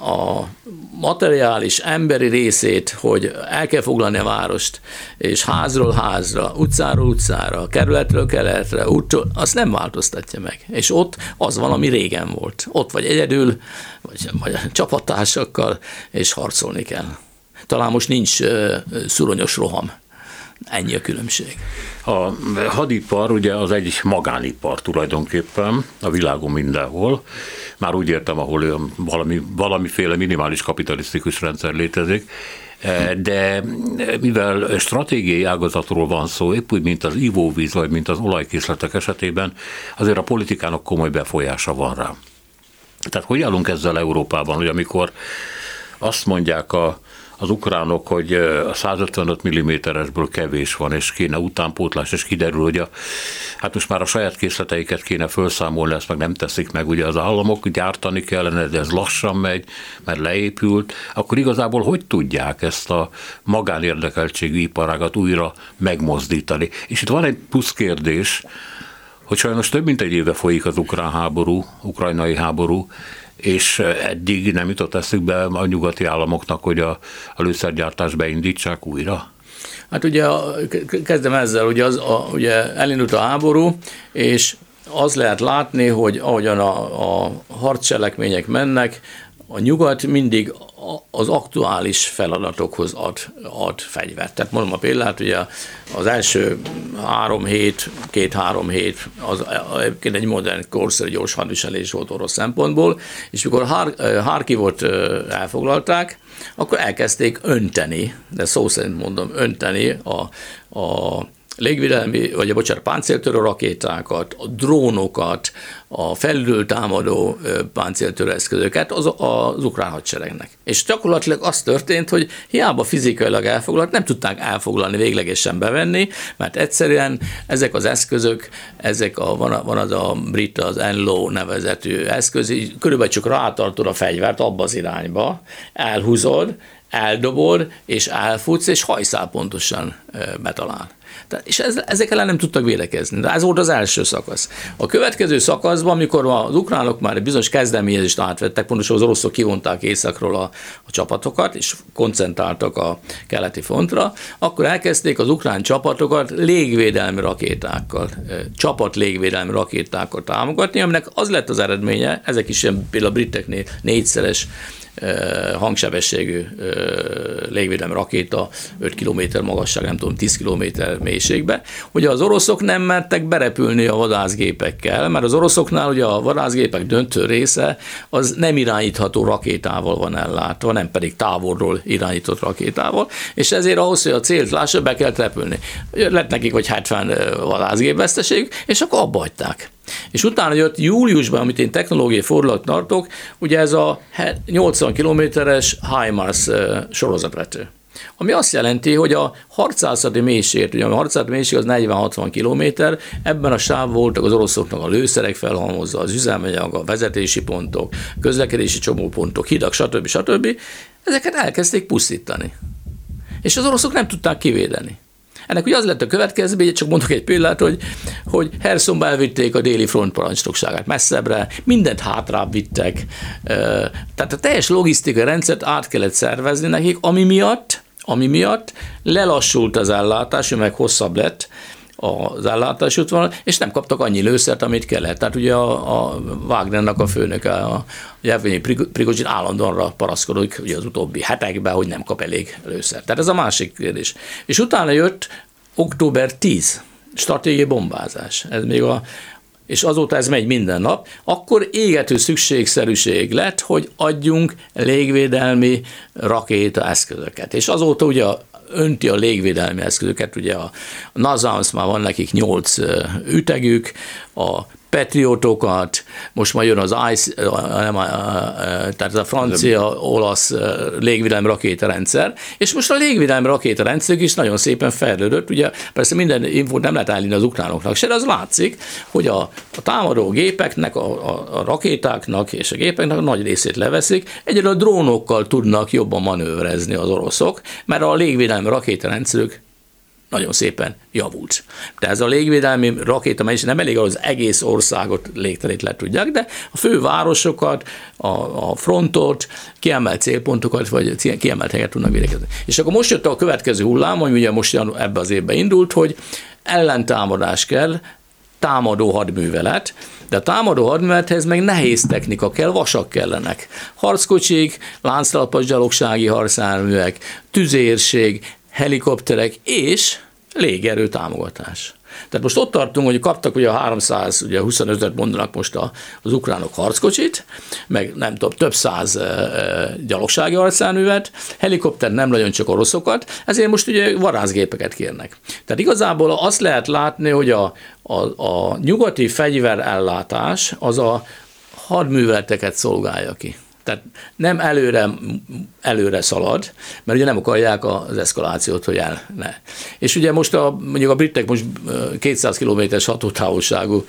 materiális, emberi részét, hogy el kell foglalni a várost, és házról házra, utcáról utcára, kerületről kerületre, úttól, azt nem változtatja meg. És ott az van, ami régen volt. Ott vagy egyedül, vagy csapattársakkal, és harcolni kell. Talán most nincs szuronyos roham. Ennyi a különbség. A hadipar ugye az egy magánipar tulajdonképpen a világon mindenhol. Már úgy értem, ahol valamiféle minimális kapitalisztikus rendszer létezik, de mivel stratégiai ágazatról van szó, épp úgy, mint az ivóvíz, vagy mint az olajkészletek esetében, azért a politikának komoly befolyása van rá. Tehát hogy állunk ezzel Európában, hogy amikor azt mondják az ukránok, hogy a 155 mm-esből kevés van, és kéne utánpótlás, és kiderül, hogy hát most már a saját készleteiket kéne felszámolni, ezt meg nem teszik meg, ugye az államok gyártani kellene, de ez lassan megy, mert leépült, akkor igazából hogy tudják ezt a magánérdekeltségű iparágat újra megmozdítani? És itt van egy plusz kérdés, hogy sajnos több mint egy éve folyik az ukrajnai háború, és eddig nem jutott eszükbe a nyugati államoknak, hogy a lőszergyártást beindítsák újra? Hát ugye kezdem ezzel, ugye elindult a háború, és az lehet látni, hogy ahogyan a harccselekmények mennek, a nyugat mindig az aktuális feladatokhoz ad fegyvert. Tehát mondom a példát, ugye az első 2-3 hét az egy modern korszerű gyors hadviselés volt orosz szempontból, és mikor Harkivot elfoglalták, akkor elkezdték önteni, de szó szerint mondom, önteni a légvédelmi, páncéltörő rakétákat, a drónokat, a felülről támadó páncéltörő eszközöket az ukrán hadseregnek. És gyakorlatilag az történt, hogy hiába fizikailag elfoglalt, nem tudták elfoglalni, véglegesen bevenni, mert egyszerűen ezek az eszközök, van az a brit, az NLAW nevezetű eszköz, körülbelül csak rátartod a fegyvert abba az irányba, elhúzod, eldobod, és elfutsz, és hajszál pontosan betalál. És ezek ellen nem tudtak védekezni. De ez volt az első szakasz. A következő szakaszban, amikor az ukránok már egy bizonyos kezdeményezést átvettek, pontosan az oroszok kivonták északról a csapatokat, és koncentráltak a keleti frontra, akkor elkezdték az ukrán csapatokat légvédelmi rakétákkal, csapatlégvédelmi rakétákkal támogatni, aminek az lett az eredménye, ezek is például a briteknél 4-szeres hangsebességű légvédelmi rakéta 5 km magasság, nem tudom, 10 km mélységbe. Ugye az oroszok nem mertek berepülni a vadászgépekkel, mert az oroszoknál ugye a vadászgépek döntő része az nem irányítható rakétával van ellátva, nem pedig távolról irányított rakétával, és ezért ahhoz, hogy a célt lássa, be kell repülni. Lett nekik vagy 70 vadászgép veszteségük, és akkor abba hagyták. És utána jött júliusban, amit én technológiai fordulat tartok, ugye ez a 80 kilométeres HIMARS sorozatvető. Ami azt jelenti, hogy a harcászati mélység, ugye a harcászati mélység az 40-60 kilométer, ebben a sávban voltak az oroszoknak a lőszerek felhalmozva, az üzemanyag, a vezetési pontok, közlekedési csomópontok, hidak, stb. Ezeket elkezdték pusztítani. És az oroszok nem tudták kivédeni. Ennek ugye az lett a következménye, csak mondok egy példát, hogy Hersonba elvitték a déli front parancsnokságát messzebbre, mindent hátrább vittek. Tehát a teljes logisztikai rendszert át kellett szervezni nekik, ami miatt lelassult az ellátás, meg hosszabb lett az ellátási útvonal, és nem kaptak annyi lőszert, amit kellett. Tehát ugye a Wagnernek a főnöke, a Yevgenyi Prigozsin állandóan arra paraszkodik ugye az utóbbi hetekben, hogy nem kap elég lőszert. Tehát ez a másik kérdés. És utána jött október 10, stratégiai bombázás. Ez még és azóta ez megy minden nap, akkor égető szükségszerűség lett, hogy adjunk légvédelmi rakéta eszközöket. És azóta ugye önti a légvédelmi eszközöket, ugye a NASAMS már van nekik 8 ütegük, a Patriotokat, most már jön az ICE, tehát a francia-olasz légvédelmi rakétarendszer, és most a légvédelmi rakétarendszer is nagyon szépen fejlődött, ugye persze minden infót nem lehet állítani az ukránoknak se, de az látszik, hogy a támadó gépeknek, a rakétáknak és a gépeknek a nagy részét leveszik, egyre a drónokkal tudnak jobban manőverezni az oroszok, mert a légvédelmi rakétarendszerük nagyon szépen javult. De ez a légvédelmi rakéta, mely nem elég, az egész országot légterét le tudják, de a fővárosokat, a frontot, kiemelt célpontokat, vagy kiemelt helyet tudnak védekezni. És akkor most jött a következő hullám, ami ugye most ebbe az évben indult, hogy ellentámadás kell, támadó hadművelet, de a támadó hadművelethez meg nehéz technika kell, vasak kellenek. Harckocsik, lánctalpas gyalogsági harcjárművek, tüzérség, helikopterek és légerő támogatás. Tehát most ott tartunk, hogy kaptak ugye a 325-et mondanak most az ukránok harckocsit, meg nem tudom, több száz gyalogsági harcjárművet, helikopter nem nagyon csak oroszokat, ezért most ugye vadászgépeket kérnek. Tehát igazából azt lehet látni, hogy a nyugati fegyverellátás az a hadműveleteket szolgálja ki. Tehát nem előre szalad, mert ugye nem akarják az eszkalációt, hogy ne. És ugye most mondjuk a britek most 200 kilométeres hatótávolságú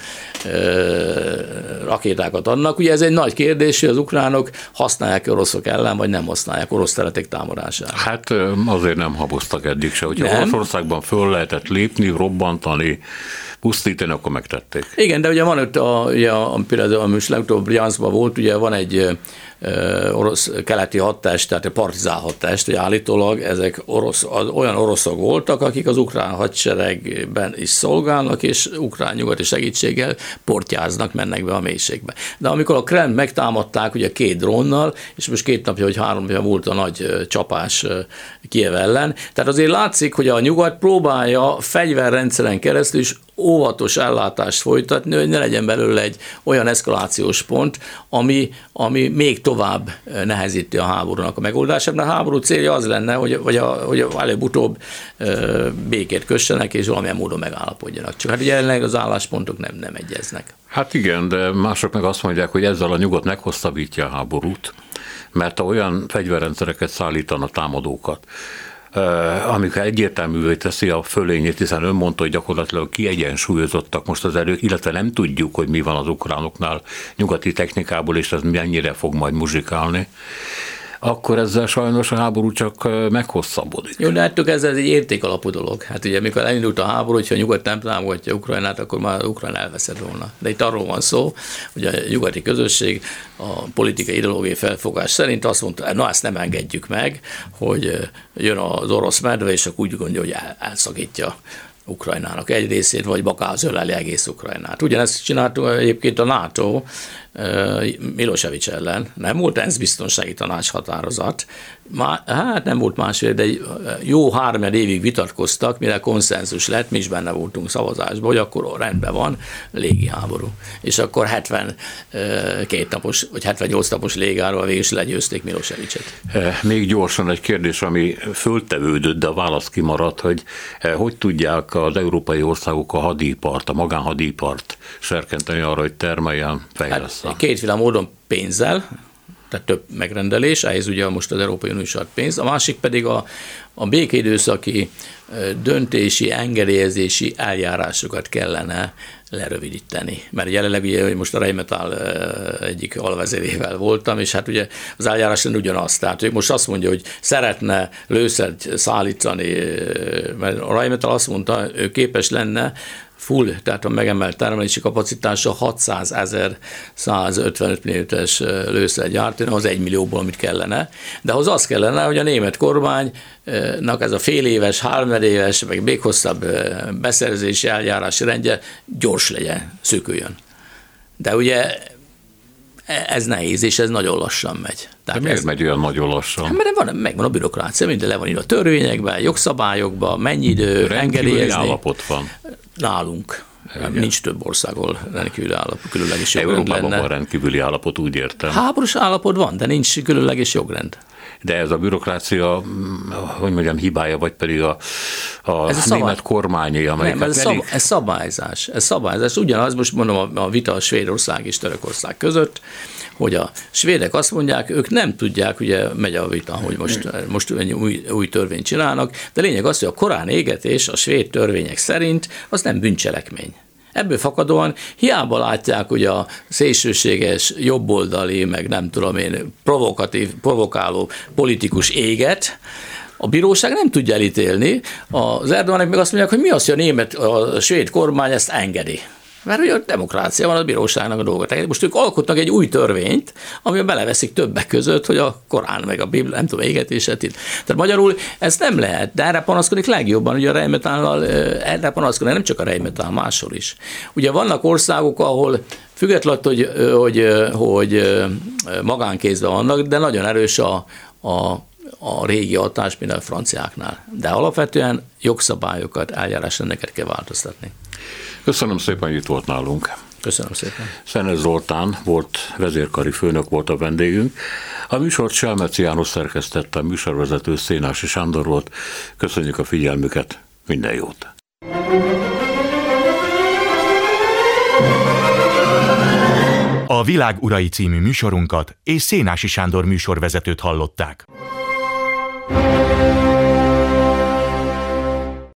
rakétákat adnak. Ugye ez egy nagy kérdés, hogy az ukránok használják oroszok ellen, vagy nem használják orosz területek támadására. Hát azért nem haboztak eddig se. Hogyha Oroszországban föl lehetett lépni, robbantani, pusztítani, akkor megtették. Igen, de ugye van ott, például most legutóbb Bryanskban volt, ugye van egy orosz keleti hadtest, tehát egy partizán hadtest, hogy állítólag ezek olyan oroszok voltak, akik az ukrán hadseregben is szolgálnak, és ukrán nyugati segítséggel portyáznak, mennek be a mélységbe. De amikor a Kreml megtámadták ugye 2 drónnal, és most 2 napja vagy 3 napja volt a nagy csapás Kijev ellen, tehát azért látszik, hogy a nyugat próbálja fegyverrendszeren keresztül is óvatos ellátást folytatni, hogy ne legyen belőle egy olyan eszkalációs pont, ami még tovább nehezíti a háborúnak a megoldását, mert a háború célja az lenne, hogy előbb-utóbb békét kössenek, és valamilyen módon megállapodjanak. Csak hát ugye jelenleg az álláspontok nem egyeznek. Hát igen, de mások meg azt mondják, hogy ezzel a nyugat meghosszabbítja a háborút, mert olyan fegyverrendszereket szállítanak támadókat, amikor egyértelművé teszi a fölényét, hiszen ön mondta, hogy gyakorlatilag kiegyensúlyozottak most az erők, illetve nem tudjuk, hogy mi van az ukránoknál nyugati technikából, és ez mennyire fog majd muzsikálni, akkor ezzel sajnos a háború csak meghosszabbodik. Jó, de hát ez egy értékalapú dolog. Hát ugye, amikor elindult a háború, hogyha a nyugat nem támogatja Ukrajnát, akkor már Ukrajna elveszett volna. De itt arról van szó, hogy a nyugati közösség a politikai ideológiai felfogás szerint azt mondta, na ezt nem engedjük meg, hogy jön az orosz medve, és akkor úgy gondolja, hogy elszakítja Ukrajnának egy részét, vagy bakázöleli egész Ukrajnát. Ugyanezt csináltuk egyébként a NATO, Milosevic ellen. Nem volt ENSZ biztonsági tanács határozat, hát nem volt másfél, de jó 3 évig vitatkoztak, mire konszenzus lett, mi is benne voltunk szavazásban, hogy akkor rendben van, légiháború. És akkor 72 napos, vagy 78 napos légiháborúval végül is legyőzték Milosevicet. Még gyorsan egy kérdés, ami föltevődött, de a válasz kimaradt, hogy tudják az európai országok a hadipart, a magánhadipart serkenteni arra, hogy termeljen, fejleszten? Hát, kétféle módon pénzzel, tehát több megrendelés, ehhez ugye most az Európai Unió is ad pénzt, a másik pedig a békeidőszaki döntési, engedélyezési eljárásokat kellene lerövidíteni. Mert jelenleg ugye most a Rheinmetall egyik alvezérével voltam, és hát ugye az eljárás ugyanaz. Tehát ő most azt mondja, hogy szeretne lőszert szállítani, mert a Rheinmetall azt mondta, ő képes lenne full, tehát a megemelt termelési kapacitása 600.155 mm-es lőszer gyártani, az 1 millióból, amit kellene. De ahhoz az kellene, hogy a német kormánynak ez a fél éves, 3 éves, meg még hosszabb beszerzési eljárási rendje gyors legyen, szűküljön. De ugye ez nehéz, és ez nagyon lassan megy. Tehát de miért megy olyan nagyon lassan? Mert megvan a bürokrácia, minden le van írva a törvényekben, jogszabályokban, mennyi idő, engedélyezni. Állapot van. Nálunk. Igen. Nincs több országol rendkívüli állapot, különleges jogrend lenne. Európában van rendkívüli állapot, úgy értem. Háborús állapot van, de nincs különleges jogrend. De ez a bürokrácia, hogy mondjam, hibája, vagy pedig a német kormányé, amelyik... Nem, ez szabályzás. Ez szabályzás. Ugyanaz, most mondom, a vita a Svédország és Törökország között, hogy a svédek azt mondják, ők nem tudják, ugye megy a vita, hogy most új törvényt csinálnak, de lényeg az, hogy a korán égetés a svéd törvények szerint az nem bűncselekmény. Ebből fakadóan hiába látják ugye a szélsőséges, jobboldali, meg nem tudom én, provokáló politikus éget, a bíróság nem tudja elítélni, az Erdoganek meg azt mondják, hogy mi az, hogy a svéd kormány ezt engedi. Mert ugye a demokrácia van, a bíróságnak a dolgot. Most ők alkotnak egy új törvényt, amiben beleveszik többek között, hogy a Korán meg a Biblia, nem tudom, égetéset. Tehát magyarul ez nem lehet, de erre panaszkodik legjobban, ugye a Rheinmetalllal, erre panaszkodik, nem csak a Rheinmetall, máshol is. Ugye vannak országok, ahol függetlenül, hogy magánkézben vannak, de nagyon erős a régi hatás, mint a franciáknál. De alapvetően jogszabályokat, eljárásrendeket kell változtatni. Köszönöm szépen, hogy itt volt nálunk. Köszönöm szépen. Szenes Zoltán volt, vezérkari főnök volt a vendégünk. A műsort Selmeci János szerkesztette, a műsorvezető Szénási Sándor volt. Köszönjük a figyelmüket, minden jót! A Világ urai című műsorunkat és Szénási Sándor műsorvezetőt hallották.